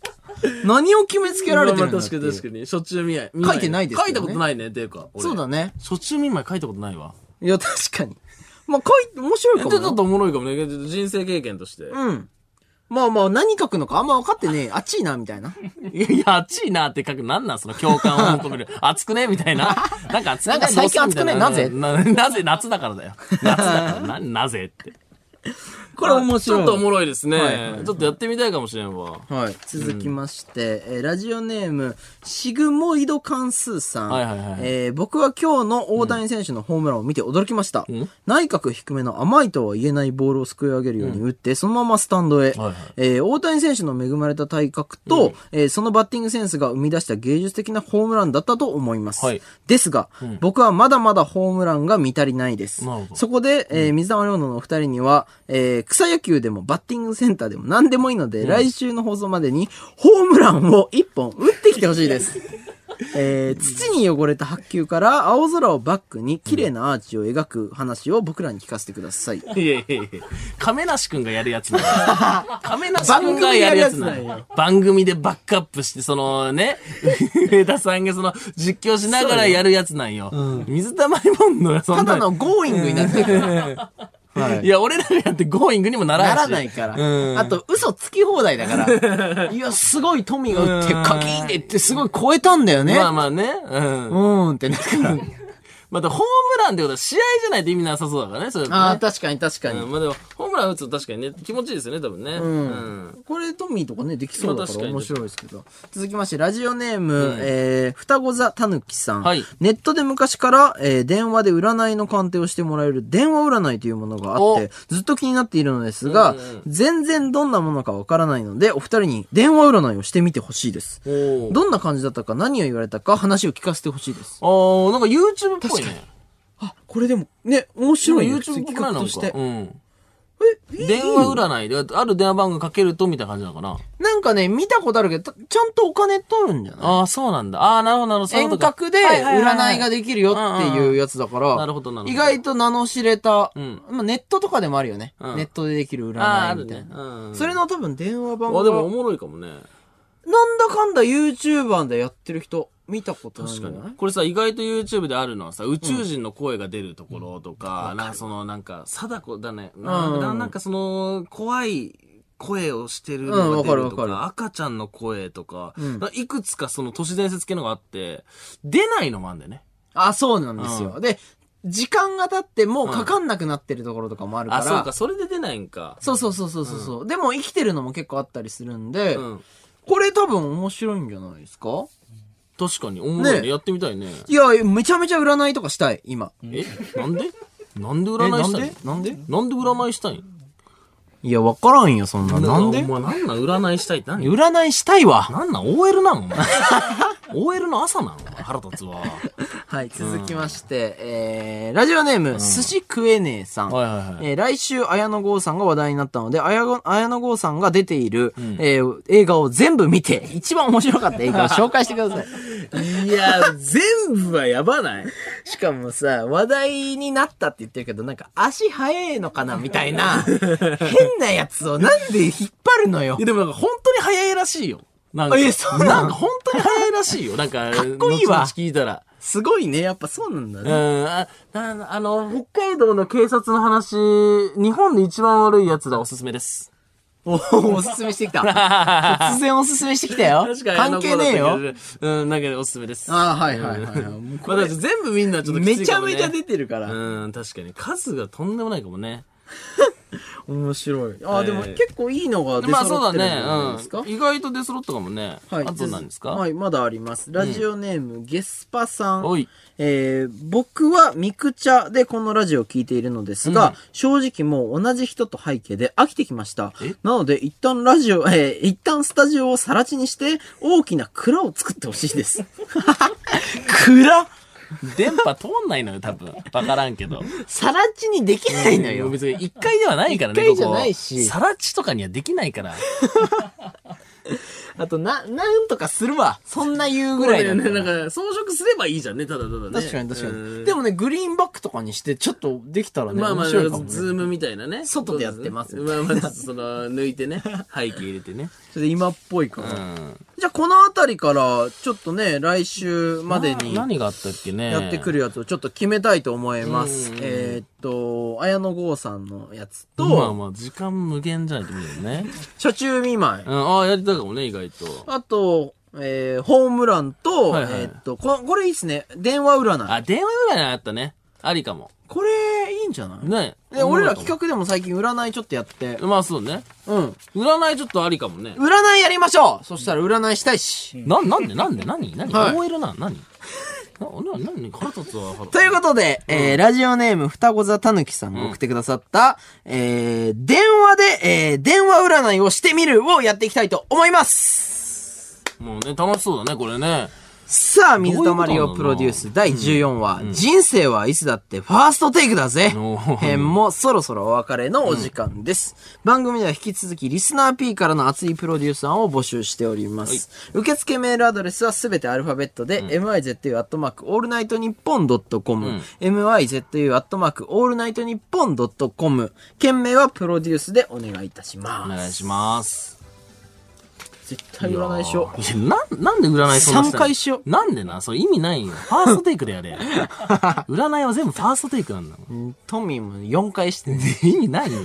Speaker 2: 何を決めつけられてるんだって
Speaker 1: 確かに確かに。初中見合い。
Speaker 2: 書いてないですよね
Speaker 1: 書いたことないね、っていうか。
Speaker 2: そうだね。
Speaker 1: 初中見舞い書いたことないわ。
Speaker 2: いや、確かに。まあ、面白いかもな。
Speaker 1: ちょっとおもろいかもね。人生経験として。
Speaker 2: うん。まあまあ、何書くのかあんま分かってねえ。熱いな、みたいな。
Speaker 1: いや、熱いなって書く。なんなんその共感を求める。熱くねみたいな。なんか熱くね
Speaker 2: なんか最近熱くねなぜ
Speaker 1: なぜ夏だからだよ。夏だからなぜって。
Speaker 2: これ面白い。
Speaker 1: ちょっとおもろいですね、
Speaker 2: はいはい。
Speaker 1: ちょっとやってみたいかもしれんわ。
Speaker 2: はい。続きまして、ラジオネーム、シグモイド関数さん。
Speaker 1: はいはいはい。
Speaker 2: 僕は今日の大谷選手のホームランを見て驚きました。内角低めの甘いとは言えないボールをすくい上げるように打って、そのままスタンドへ。大谷選手の恵まれた体格と、そのバッティングセンスが生み出した芸術的なホームランだったと思います。ですが、僕はまだまだホームランが見足りないです。そこで、水溜りボンドのお二人には、草野球でもバッティングセンターでも何でもいいので、来週の放送までにホームランを1本打ってきてほしいです。土に汚れた白球から青空をバックに綺麗なアーチを描く話を僕らに聞かせてください。
Speaker 1: いやいやいや、亀梨くんがやるやつなんよ。亀梨くんがやるやつなんよ。番組でバックアップして、そのね、上田さんがその実況しながらやるやつなんよ。水溜りボンドがそんな。
Speaker 2: ただのゴーイングになってる。
Speaker 1: いや、俺らがやってゴーイングにもならないし。
Speaker 2: ならないから。あと、嘘つき放題だから。いや、すごい富が打って、カキーンって言って、すごい超えたんだよね。
Speaker 1: まあまあね。
Speaker 2: ってなるから。
Speaker 1: また、ホームランってことは試合じゃないと意味なさそうだからね、それ、ね。
Speaker 2: ああ、確かに確かに。
Speaker 1: まあでも、ホームラン打つと確かにね、気持ちいいですよね、多分ね。
Speaker 2: これ、トミーとかね、できそうだから面白いですけど。続きまして、ラジオネーム、双子座たぬきさん。ネットで昔から、電話で占いの鑑定をしてもらえる電話占いというものがあって、ずっと気になっているのですが、全然どんなものかわからないので、お二人に電話占いをしてみてほしいです。どんな感じだったか、何を言われたか、話を聞かせてほしいです。
Speaker 1: なんか YouTube っぽいね。
Speaker 2: あ、これでも、ね、面白いね。
Speaker 1: YouTube 企画として。電話占いで、ある電話番号かけると、みたいな感じなのかな。
Speaker 2: なんかね、見たことあるけど、ちゃんとお金取るんじゃない？
Speaker 1: ああ、そうなんだ。ああ、なるほど、なるほど。
Speaker 2: 遠隔で占いができるよっていうやつだから、
Speaker 1: なるほど、なるほど。
Speaker 2: 意外と名の知れた、まあネットとかでもあるよね。ネットでできる占いみたいな。それの多分電話番号。
Speaker 1: あ、でもおもろいかもね。
Speaker 2: なんだかんだ YouTuber でやってる人、見たことないんじゃない？
Speaker 1: これさ、意外と YouTube であるのはさ、宇宙人の声が出るところとか、なんかその、なんか、貞子だね。なんかその、怖い声をしてるのが出るとか、赤ちゃんの声とか、いくつかその都市伝説系のがあって、出ないのもあるんだよね。
Speaker 2: あ、そうなんですよ。で、時間が経ってもうかかんなくなってるところとかもあるから。
Speaker 1: あ、そうか、それで出ないんか。
Speaker 2: そう。でも生きてるのも結構あったりするんで、これ多分面白いんじゃないですか？
Speaker 1: 確かに、おもろいね。やってみたいね。
Speaker 2: いや、めちゃめちゃ占いとかしたい、今。
Speaker 1: なんで占いしたい？
Speaker 2: なんで
Speaker 1: 占いしたい？
Speaker 2: いや、わからんよ、そんな。なんで？
Speaker 1: お前なんなん占いしたいって何？
Speaker 2: 占いしたいわ。
Speaker 1: なんなん OL なんお前。OL の朝なん腹立つわ。
Speaker 2: はい、続きまして、ラジオネーム、寿司食えねえさん。来週、綾野剛さんが話題になったので、綾野剛さんが出ている、映画を全部見て、一番面白かった映画を紹介してください。
Speaker 1: いや、全部はやばない。
Speaker 2: しかもさ、話題になったって言ってるけど、なんか足早いのかなみたいな、変なやつをなんで引っ張るのよ。
Speaker 1: でもなんか本当に早いらしいよ。なんか本当に早いらしいよ。なんか、
Speaker 2: かっこいいわ。
Speaker 1: 聞いたら。
Speaker 2: すごいね。やっぱそうなんだ
Speaker 1: ね。北海道の警察の話、日本で一番悪いやつだ、おすすめです。
Speaker 2: おすすめしてきた。突然おすすめしてきたよ。確かに。関係ねえよ。
Speaker 1: なんかおすすめです。
Speaker 2: ああ、はい。ま
Speaker 1: あだ全部みんなちょっときついかもね。
Speaker 2: めちゃめちゃ出てるから。
Speaker 1: 確かに。数がとんでもないかもね。
Speaker 2: 面白い。あ、でも結構いいのが出揃ってるんじゃないですか？
Speaker 1: まあそうだね。意外と出揃ったかもね。はい。あと何ですか？
Speaker 2: はい、まだあります。ラジオネーム、ゲスパさん。僕はミクチャでこのラジオを聞いているのですが、正直もう同じ人と背景で飽きてきました。なので、一旦スタジオを更地にして、大きな蔵を作ってほしいです。蔵？
Speaker 1: 電波通んないのよ、多分。わからんけど。
Speaker 2: さら地にできないのよ。
Speaker 1: 別に1階ではないからね、
Speaker 2: 1階じゃないし。
Speaker 1: さら地とかにはできないから。
Speaker 2: あと、なんとかするわ。そんな言うぐらいだ
Speaker 1: ね。なんか、装飾すればいいじゃんね、ただただね。
Speaker 2: 確かに確かに。でもね、グリーンバックとかにして、ちょっとできたらね、面白いかもね。
Speaker 1: ズームみたいなね。
Speaker 2: 外でやってます。
Speaker 1: まあまあ、抜いてね、背景入れてね。
Speaker 2: それで今っぽいから。じゃあ、このあたりから、ちょっとね、来週までに。
Speaker 1: 何があったっけね。
Speaker 2: やってくるやつをちょっと決めたいと思います。綾野剛さんのやつと。
Speaker 1: まあまあ、時間無限じゃないと見るよね。
Speaker 2: 車中見舞い。
Speaker 1: ああ、やりたいかもね、意外と。
Speaker 2: あと、ホームランと、これいいっすね。電話占い。
Speaker 1: あ、電話占いあったね。ありかも。
Speaker 2: これ、いいんじゃない
Speaker 1: ね。
Speaker 2: 俺ら企画でも最近占いちょっとやって。
Speaker 1: まあそうね。うん。占いちょっとありかもね。
Speaker 2: 占いやりましょう。そしたら占いしたいし。
Speaker 1: なんで何 OL な何腹立つわ。
Speaker 2: ということで、ラジオネーム双子座たぬきさんが送ってくださった、電話で、電話占いをしてみるをやっていきたいと思います。
Speaker 1: もうね、楽しそうだね、これね。
Speaker 2: さあ、水溜りをプロデュース第14話、人生はいつだってファーストテイクだぜ編もそろそろお別れのお時間です。番組では引き続きリスナー P からの熱いプロデュース案を募集しております。受付メールアドレスはすべてアルファベットで、mizu@allnightnippon.com、mizu@allnightnippon.com、件名はプロデュースでお願いいたします。
Speaker 1: お願いします。
Speaker 2: 絶対占いしよう。
Speaker 1: いや、なんで占いそんな
Speaker 2: 3回しよ
Speaker 1: う。なんでな、それ意味ないよ。ファーストテイクでやれ。占いは全部ファーストテイクなんだもん。
Speaker 2: トミーも4回して
Speaker 1: ね。意味ないよ。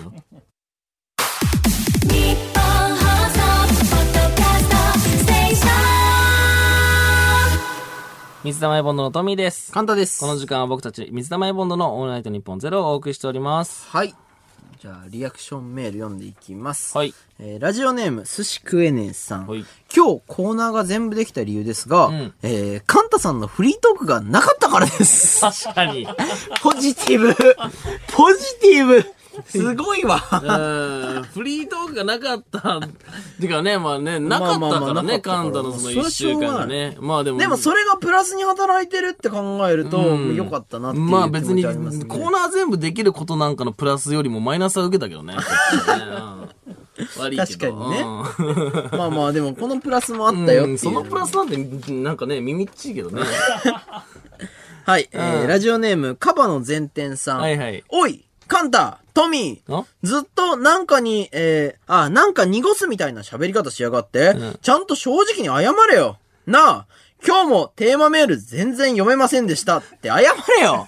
Speaker 1: 水溜りボンドのトミーです。
Speaker 2: カンタです。
Speaker 1: この時間は僕たち水溜りボンドのオールナイトニッポンゼロをお送りしております。
Speaker 2: はい。じゃあ、リアクションメール読んでいきます。
Speaker 1: はい。
Speaker 2: ラジオネーム、寿司食えねえさん。はい。今日コーナーが全部できた理由ですが、カンタさんのフリートークがなかったからです。
Speaker 1: 確かに。
Speaker 2: ポジティブ。ポジティブ。すごいわ。フ
Speaker 1: リートークがなかった。てかね、まあね、なかったからね、カンタのその1週間がね。まあでも。
Speaker 2: でもそれがプラスに働いてるって考えると、よかったなっていう気持ちありますね。まあ別に、
Speaker 1: コーナー全部できることなんかのプラスよりもマイナスは受けたけどね。悪いけど。
Speaker 2: 確かにね。まあまあでもこのプラスもあったよっていう。
Speaker 1: そのプラスなんて、なんかね、耳っちいけどね。
Speaker 2: はい。ラジオネーム、カバの前天さん。
Speaker 1: はいはい。
Speaker 2: おいカンタトミーずっとなんかに、なんか濁すみたいな喋り方しやがって、ちゃんと正直に謝れよなあ今日もテーマメール全然読めませんでしたって謝れよ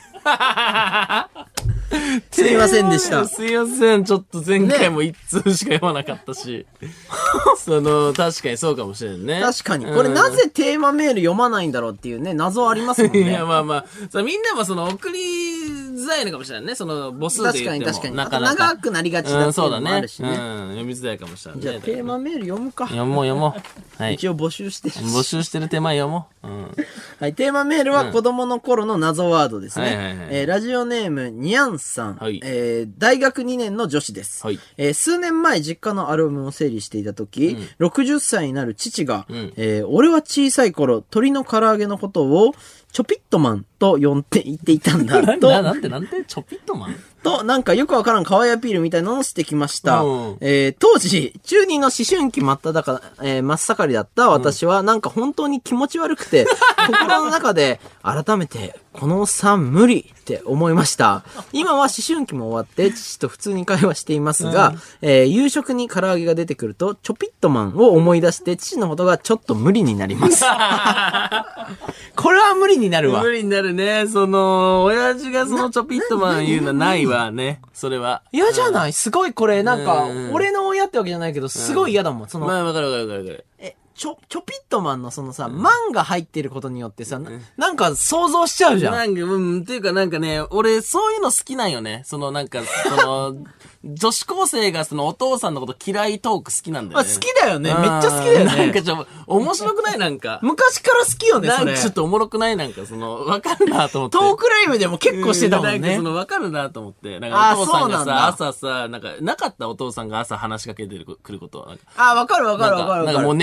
Speaker 2: すいませんでした。
Speaker 1: すいません。ちょっと前回も一通しか読まなかったし。確かにそうかもしれんね。
Speaker 2: 確かに。これなぜテーマメール読まないんだろうっていうね、謎ありますもんね。
Speaker 1: いや、まあまあ。みんなも送りづらいのかもしれないね。母数で言っても。
Speaker 2: 確かに。なかなか。長くなりがちだっていうのもあるしね。
Speaker 1: 読みづらいかもしれない。
Speaker 2: じゃあテーマメール読むか。
Speaker 1: 読もう。はい。
Speaker 2: 一応募集してる。
Speaker 1: 募集してる手前読もう。
Speaker 2: はい。テーマメールは子供の頃の謎ワードですね。ラジオネーム、ニャンさん。はい。大学2年の女子です。はい。数年前実家のアルバムを整理していた時、60歳になる父が、俺は小さい頃、鳥の唐揚げのことを、チョピットマンと言っていたんだと。
Speaker 1: なんてチョピットマン
Speaker 2: と、なんかよくわからん可愛いアピールみたいなのをしてきました。当時、中二の思春期真っ盛りだった私は、なんか本当に気持ち悪くて、心の中で、改めて、このおっさん無理って思いました。今は思春期も終わって、父と普通に会話していますが、夕食に唐揚げが出てくると、チョピットマンを思い出して、父のことがちょっと無理になります。これは無理になるわ。
Speaker 1: 無理になるね。親父がチョピットマン言うのはないわね。それは。
Speaker 2: 嫌じゃない？すごいこれ、なんか、俺の親ってわけじゃないけど、すごい嫌だもん。
Speaker 1: まあ、わかる。
Speaker 2: チョピットマンのマンが入ってることによってさ、なんか想像しちゃうじゃん。
Speaker 1: っていうかなんかね、俺そういうの好きなんよね。女子高生がお父さんのこと嫌いトーク好きなんだよね。
Speaker 2: 好きだよね。めっちゃ好きだよね。
Speaker 1: なんか面白くないなんか。
Speaker 2: 昔から好きよね、それ。
Speaker 1: なんかちょっとおもろくないなんかわかるなと思って。
Speaker 2: トークライブでも結構してたもんね。
Speaker 1: なんかわかるなと思って。なんかお父さんがさ、朝さ、なんかなかったお父さんが朝話しかけてくること。
Speaker 2: わかる。
Speaker 1: なんかもう眠いし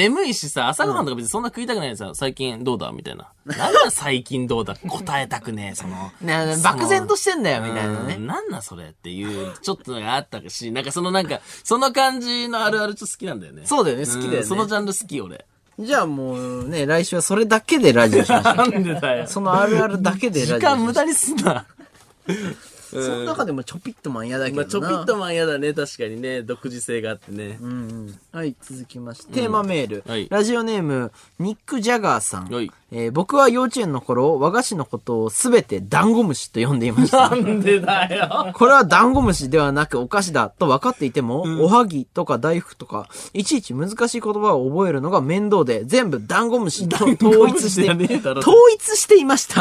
Speaker 1: しさ、朝ごはんとか別にそんな食いたくないんですよ。最近どうだみたいな。なんだ最近どうだ答えたくねえ、
Speaker 2: 漠然としてんだよ、みたいなね。
Speaker 1: なんだそれっていう、ちょっとあったし、その感じのあるあるちょっと好きなんだよね。
Speaker 2: そうだよね、好きだよね。
Speaker 1: そのジャンル好き、俺。
Speaker 2: じゃあもうね、来週はそれだけでラジオしましょう。
Speaker 1: なんでだよ。
Speaker 2: そのあるあるだけでラジオしましょう。
Speaker 1: 時間無駄にすんな。
Speaker 2: その中でもちょぴっとマン嫌だけどな。
Speaker 1: ちょぴっとマン嫌だね、確かにね。独自性があってね。
Speaker 2: はい、続きまして、テーマメール。ラジオネーム、ニック・ジャガーさん。僕は幼稚園の頃、和菓子のことをすべてダンゴムシと呼んでいました。
Speaker 1: なんでだよ。
Speaker 2: これはダンゴムシではなくお菓子だと分かっていても、おはぎとか大福とか、いちいち難しい言葉を覚えるのが面倒で、全部ダンゴムシと統一していました。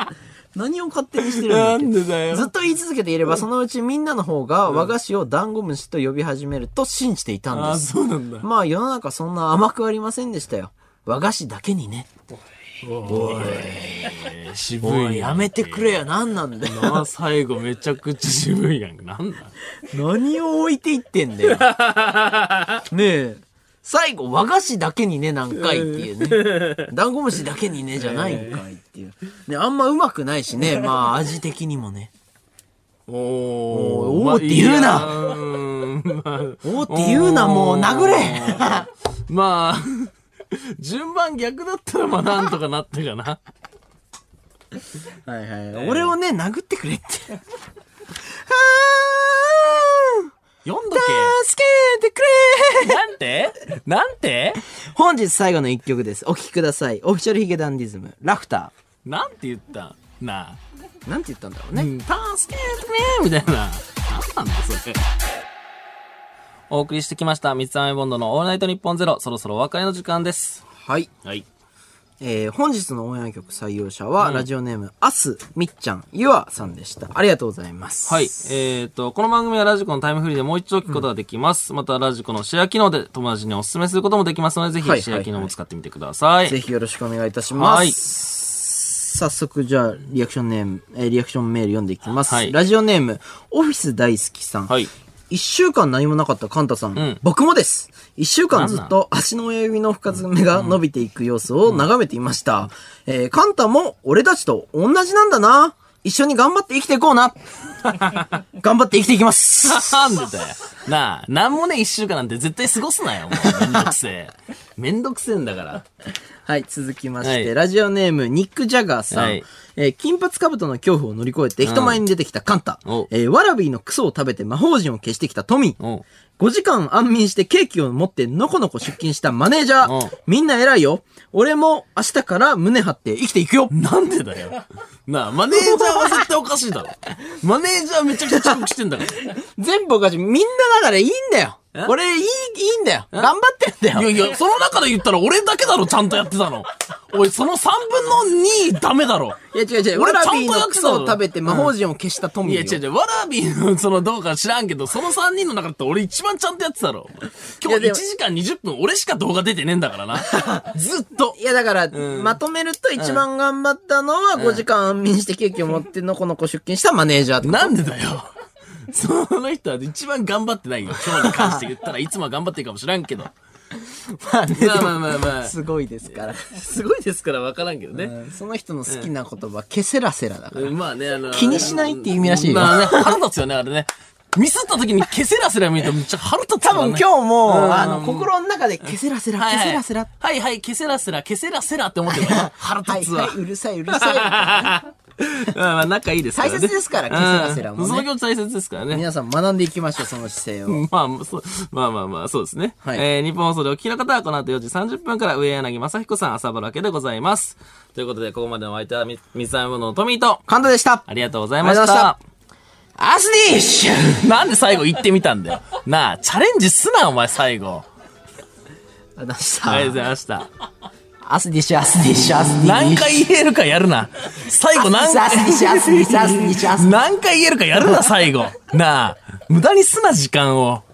Speaker 2: 何を勝手にしてるんだっけ。
Speaker 1: なんでだよ。
Speaker 2: ずっと言い続けていれば、そのうちみんなの方が和菓子をダンゴムシと呼び始めると信じていたんです。
Speaker 1: そうなんだ。
Speaker 2: まあ世の中そんな甘くありませんでしたよ。和菓子だけにね。おい、
Speaker 1: 渋い。
Speaker 2: やめてくれよ、なんなんだよ。
Speaker 1: 最後めちゃくちゃ渋いやん。なんだ。
Speaker 2: 何を置いていってんだよ。ねえ。最後、和菓子だけにね、なんかいっていうね。ダンゴムシだけにね、じゃないんかいっていう。ね、あんまうまくないしね、まあ、味的にもね。おーって言うな。おーって言うな、もう殴れ。
Speaker 1: まあ、順番逆だったらまあなんとかなったかな。
Speaker 2: はいはい。俺をね、殴ってくれって。
Speaker 1: 読んどけ。
Speaker 2: 助けてくれ。
Speaker 1: なんて
Speaker 2: 本日最後の一曲です。お聴きください。オフィシャルヒゲダンディズム、ラフタ
Speaker 1: ー。なんて言ったな
Speaker 2: あ。なんて言ったんだろうね。
Speaker 1: 助けてくれみたいな。なんだそれ。お送りしてきました。三つ編みボンドのオールナイトニッポンゼロ。そろそろお別れの時間です。
Speaker 2: はい。本日のオンエア曲採用者は、ラジオネーム、アス、みっちゃん、ゆあさんでした。ありがとうございます。
Speaker 1: はい。この番組はラジコのタイムフリーでもう一度聞くことができます。また、ラジコのシェア機能で友達にお勧めすることもできますので、ぜひシェア機能も使ってみてください。
Speaker 2: ぜひよろしくお願いいたします。はい。早速、じゃあ、リアクションメール読んでいきます。はい。ラジオネーム、オフィス大好きさん。はい。1週間何もなかったカンタさん。僕もです。1週間ずっと足の親指の深爪が伸びていく様子を眺めていました。カンタも俺たちと同じなんだな。一緒に頑張って生きていこうな。頑張って生きていきます。
Speaker 1: なんでだよ。なあ、なんもね、1週間なんて絶対過ごすなよ。もうめんどくせえ。めんどくせえんだから。
Speaker 2: はい、続きまして、ラジオネーム、ニック・ジャガーさん。金髪兜の恐怖を乗り越えて人前に出てきたカンタ。ワラビーのクソを食べて魔法陣を消してきたトミー。5時間安眠してケーキを持ってのこのこ出勤したマネージャー。みんな偉いよ。俺も明日から胸張って生きていくよ。
Speaker 1: なんでだよ。なあ、マネージャーは絶対おかしいだろ。マネージャーめちゃくちゃ遅刻してんだから。
Speaker 2: 全部おかしい。みんなだからいいんだよ。俺いいんだよ。頑張ってるんだよ。
Speaker 1: いや、その中で言ったら俺だけだろ、ちゃんとやってたの。おい、その3分の2ダメだろ。
Speaker 2: いや違う。ワラビーのクソを食べて魔法陣を消したトミー。
Speaker 1: いや違う。ワラビーのどうか知らんけど、その3人の中だって俺一番ちゃんとやってたろ。今日1時間20分俺しか動画出てねえんだからな。ずっと。
Speaker 2: いやだから、まとめると一番頑張ったのは5時間安眠してケーキを持ってのこのこ出勤したマネージャーって。
Speaker 1: なんでだよ。その人は一番頑張ってないよ。今日に関して言ったらいつもは頑張ってるかもしらんけど。
Speaker 2: まあね。まあ。すごいですから。
Speaker 1: すごいですから分からんけどね。
Speaker 2: その人の好きな言葉、ケセラセラだから。
Speaker 1: まあね、
Speaker 2: 気にしないって意味らしいよ。
Speaker 1: まあね、腹立つよね、あれね。ミスった時にケセラセラ見るとめっちゃ腹立つからね。
Speaker 2: 多分今日も、心の中でケセラセラ、ケセラセラ。
Speaker 1: はいはい、ケセラセラ、ケセラセラって思ってる。腹立つわ。
Speaker 2: うるさい。
Speaker 1: まあ仲いいですからね。
Speaker 2: 大切ですから、ケセラセラもね。
Speaker 1: その気持ち大切ですからね。
Speaker 2: 皆さん学んでいきましょう、その姿勢を。
Speaker 1: まあ、そうですね。はい。日本放送でお聞きの方はこの後4時30分から上柳正彦さん朝ぼらけでございます。ということで、ここまでのお相手は水溜りボンドのトミーと
Speaker 2: カンタでした。
Speaker 1: ありがとうございました。
Speaker 2: アスディッシュ
Speaker 1: なんで最後言ってみたんだよ。なあ、チャレンジすな、お前最後。
Speaker 2: ありがとうご
Speaker 1: ざいました。
Speaker 2: アスディッシュ。
Speaker 1: 何回言えるかやるな。最後何回言えるかやるな、最後。なあ、無駄にすな、時間を。